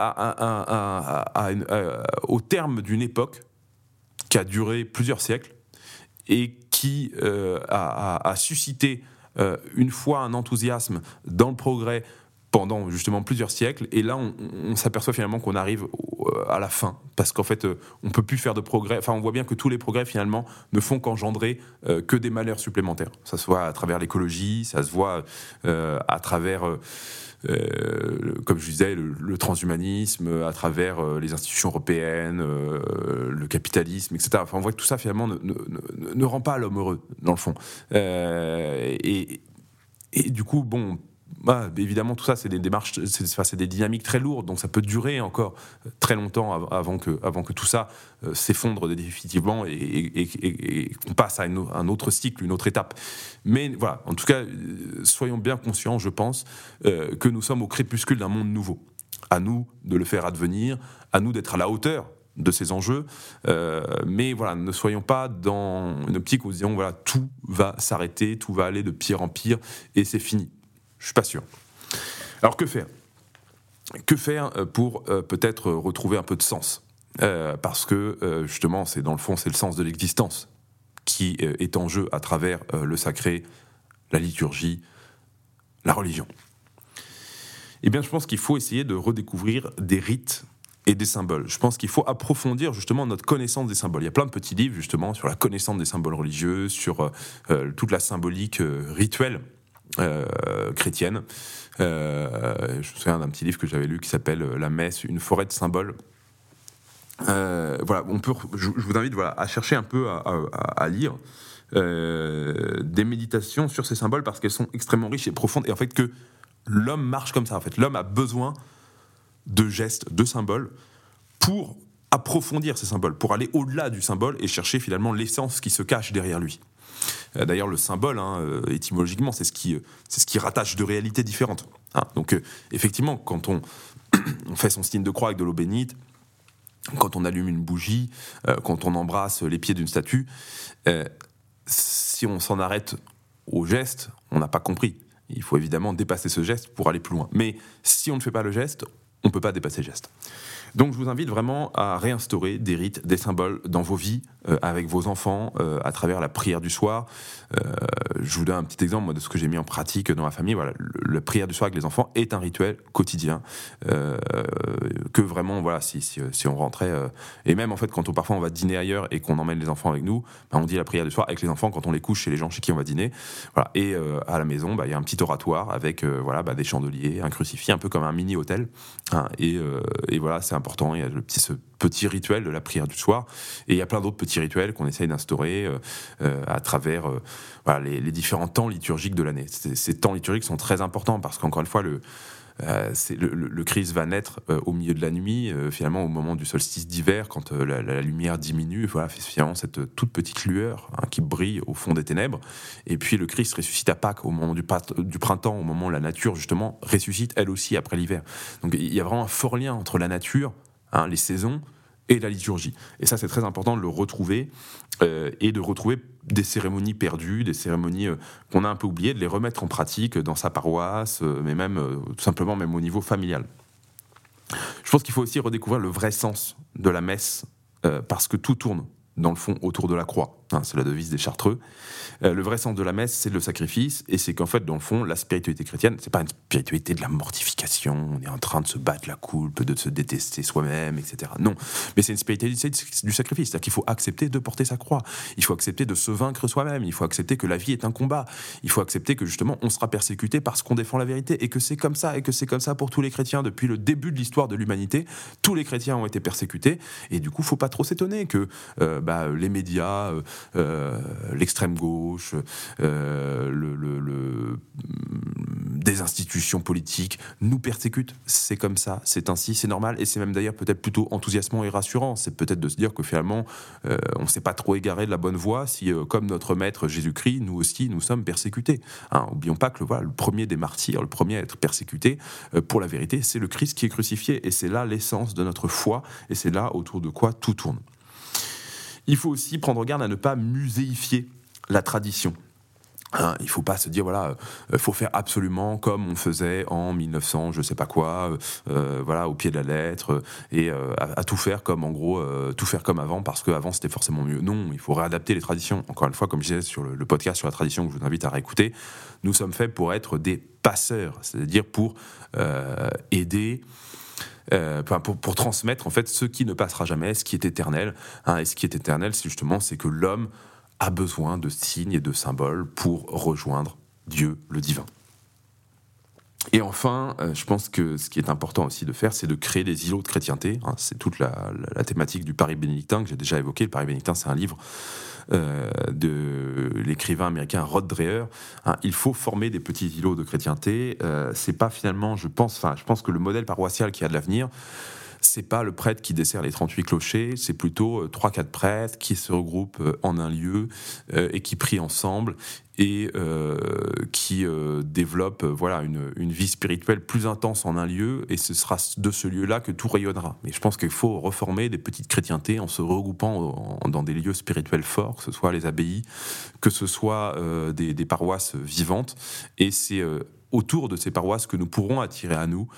au terme d'une époque qui a duré plusieurs siècles et qui a suscité une fois un enthousiasme dans le progrès pendant justement plusieurs siècles, et là on s'aperçoit finalement qu'on arrive à la fin, parce qu'en fait on peut plus faire de progrès, enfin on voit bien que tous les progrès finalement ne font qu'engendrer que des malheurs supplémentaires. Ça se voit à travers l'écologie, ça se voit à travers comme je disais, le transhumanisme, à travers les institutions européennes, le capitalisme, etc. Enfin, on voit que tout ça, finalement, ne rend pas l'homme heureux, dans le fond. Et du coup, bon... évidemment, tout ça, c'est des démarches, c'est des dynamiques très lourdes, donc ça peut durer encore très longtemps avant que tout ça s'effondre définitivement et qu'on passe à un autre cycle, une autre étape. Mais voilà, en tout cas, soyons bien conscients, je pense, que nous sommes au crépuscule d'un monde nouveau. À nous de le faire advenir, à nous d'être à la hauteur de ces enjeux, mais voilà, ne soyons pas dans une optique où nous disons voilà, tout va s'arrêter, tout va aller de pire en pire et c'est fini. Je suis pas sûr. Alors que faire ? Que faire pour peut-être retrouver un peu de sens ? Parce que justement, c'est dans le fond, c'est le sens de l'existence qui est en jeu à travers le sacré, la liturgie, la religion. Eh bien, je pense qu'il faut essayer de redécouvrir des rites et des symboles. Je pense qu'il faut approfondir justement notre connaissance des symboles. Il y a plein de petits livres justement sur la connaissance des symboles religieux, sur toute la symbolique rituelle chrétienne. Je me souviens d'un petit livre que j'avais lu qui s'appelle La messe, une forêt de symboles. Voilà, je vous invite à chercher un peu à lire des méditations sur ces symboles parce qu'elles sont extrêmement riches et profondes, et en fait que l'homme marche comme ça. En fait, l'homme a besoin de gestes, de symboles pour approfondir ces symboles, pour aller au-delà du symbole et chercher finalement l'essence qui se cache derrière lui. D'ailleurs, le symbole, étymologiquement, c'est ce qui rattache deux réalités différentes. Donc, effectivement, quand on fait son signe de croix avec de l'eau bénite, quand on allume une bougie, quand on embrasse les pieds d'une statue, si on s'en arrête au geste, on n'a pas compris. Il faut évidemment dépasser ce geste pour aller plus loin. Mais si on ne fait pas le geste, on ne peut pas dépasser le geste. Donc je vous invite vraiment à réinstaurer des rites, des symboles dans vos vies, avec vos enfants, à travers la prière du soir. Je vous donne un petit exemple de ce que j'ai mis en pratique dans ma famille. Voilà, la prière du soir avec les enfants est un rituel quotidien que vraiment, voilà, si on rentrait... et même en fait, quand parfois on va dîner ailleurs et qu'on emmène les enfants avec nous, on dit la prière du soir avec les enfants quand on les couche chez les gens chez qui on va dîner. Voilà. Et à la maison, il y a un petit oratoire avec des chandeliers, un crucifix, un peu comme un mini-hôtel. Et voilà, c'est important. Il y a ce petit rituel de la prière du soir. Et il y a plein d'autres petits rituels qu'on essaye d'instaurer à travers les différents temps liturgiques de l'année. Ces temps liturgiques sont très importants parce qu'encore une fois, le Christ va naître au milieu de la nuit, finalement au moment du solstice d'hiver, quand la lumière diminue, finalement cette toute petite lueur qui brille au fond des ténèbres. Et puis le Christ ressuscite à Pâques, au moment du printemps, au moment où la nature justement ressuscite elle aussi après l'hiver. Donc il y a vraiment un fort lien entre la nature, les saisons, et la liturgie. Et ça, c'est très important de le retrouver et de retrouver des cérémonies perdues, des cérémonies qu'on a un peu oubliées, de les remettre en pratique dans sa paroisse, mais même tout simplement même au niveau familial. Je pense qu'il faut aussi redécouvrir le vrai sens de la messe parce que tout tourne dans le fond autour de la croix. C'est la devise des Chartreux. Le vrai sens de la messe, c'est le sacrifice, et c'est qu'en fait, dans le fond, la spiritualité chrétienne, c'est pas une spiritualité de la mortification, on est en train de se battre la coulpe, de se détester soi-même, etc. Non, mais c'est une spiritualité du sacrifice, c'est-à-dire qu'il faut accepter de porter sa croix, il faut accepter de se vaincre soi-même, il faut accepter que la vie est un combat, il faut accepter que justement, on sera persécuté parce qu'on défend la vérité, et que c'est comme ça, pour tous les chrétiens, depuis le début de l'histoire de l'humanité, tous les chrétiens ont été persécutés, et du coup, faut pas trop s'étonner que les médias, l'extrême gauche, des institutions politiques nous persécutent. C'est comme ça, c'est ainsi, c'est normal, et c'est même d'ailleurs peut-être plutôt enthousiasmant et rassurant. C'est peut-être de se dire que finalement, on ne s'est pas trop égaré de la bonne voie si, comme notre maître Jésus-Christ, nous aussi, nous sommes persécutés. N'oublions pas que le premier des martyrs, le premier à être persécuté pour la vérité, c'est le Christ qui est crucifié, et c'est là l'essence de notre foi, et c'est là autour de quoi tout tourne. Il faut aussi prendre garde à ne pas muséifier la tradition. Il ne faut pas se dire, faut faire absolument comme on faisait en 1900, je sais pas quoi, au pied de la lettre, et à tout faire comme, en gros, tout faire comme avant, parce qu'avant c'était forcément mieux. Non, il faut réadapter les traditions. Encore une fois, comme je disais sur le podcast sur la tradition, que je vous invite à réécouter, nous sommes faits pour être des passeurs, c'est-à-dire pour aider... pour transmettre en fait ce qui ne passera jamais, ce qui est éternel. Et ce qui est éternel, c'est que l'homme a besoin de signes et de symboles pour rejoindre Dieu, le divin. Et enfin, je pense que ce qui est important aussi de faire, c'est de créer des îlots de chrétienté. C'est toute la thématique du Paris bénédictin que j'ai déjà évoqué. Le Paris bénédictin, c'est un livre de l'écrivain américain Rod Dreher. Il faut former des petits îlots de chrétienté. C'est pas finalement, je pense que le modèle paroissial qui a de l'avenir, c'est pas le prêtre qui dessert les 38 clochers, c'est plutôt 3-4 prêtres qui se regroupent en un lieu et qui prient ensemble et qui développent une vie spirituelle plus intense en un lieu, et ce sera de ce lieu-là que tout rayonnera. Mais je pense qu'il faut reformer des petites chrétientés en se regroupant dans des lieux spirituels forts, que ce soit les abbayes, que ce soit des paroisses vivantes, et c'est autour de ces paroisses que nous pourrons attirer à nous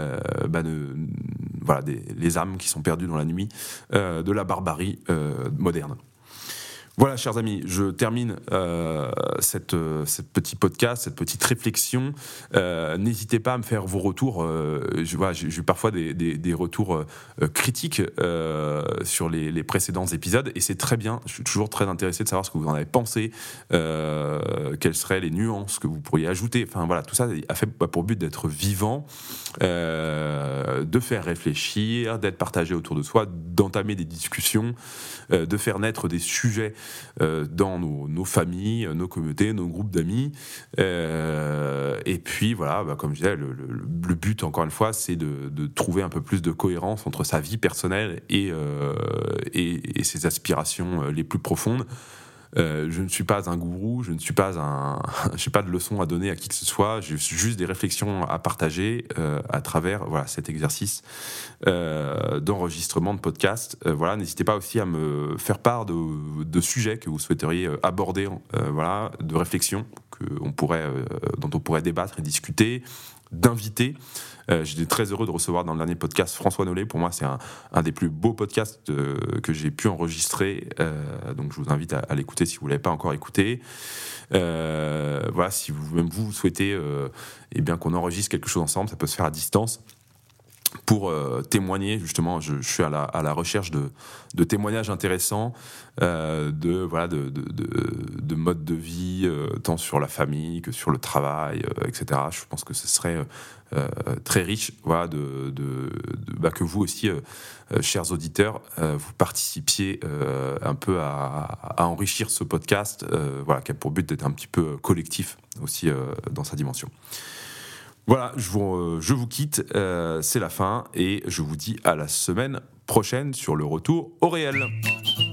les âmes qui sont perdues dans la nuit de la barbarie moderne. Voilà, chers amis, je termine cette petit podcast, cette petite réflexion. N'hésitez pas à me faire vos retours. J'ai eu parfois des retours critiques sur les précédents épisodes, et c'est très bien. Je suis toujours très intéressé de savoir ce que vous en avez pensé, quelles seraient les nuances que vous pourriez ajouter. Tout ça a fait pour but d'être vivant, de faire réfléchir, d'être partagé autour de soi, d'entamer des discussions, de faire naître des sujets dans nos familles, nos communautés, nos groupes d'amis. Et puis, comme je disais, le but, encore une fois, c'est de trouver un peu plus de cohérence entre sa vie personnelle et ses aspirations les plus profondes. Je ne suis pas un gourou, je n'ai pas de leçons à donner à qui que ce soit, j'ai juste des réflexions à partager à travers cet exercice d'enregistrement de podcast. N'hésitez pas aussi à me faire part de sujets que vous souhaiteriez aborder, de réflexions dont on pourrait débattre et discuter, d'invités. J'étais très heureux de recevoir dans le dernier podcast François Nollet. Pour moi, c'est un des plus beaux podcasts que j'ai pu enregistrer. Donc, je vous invite à l'écouter si vous ne l'avez pas encore écouté. Si vous souhaitez qu'on enregistre quelque chose ensemble, ça peut se faire à distance. pour témoigner. Justement, je suis à la recherche de témoignages intéressants, de modes de vie, tant sur la famille que sur le travail, etc. Je pense que ce serait très riche, voilà, que vous aussi, chers auditeurs, vous participiez un peu à enrichir ce podcast, voilà, qui a pour but d'être un petit peu collectif aussi dans sa dimension. Voilà, je vous quitte, c'est la fin, et je vous dis à la semaine prochaine sur le retour au réel.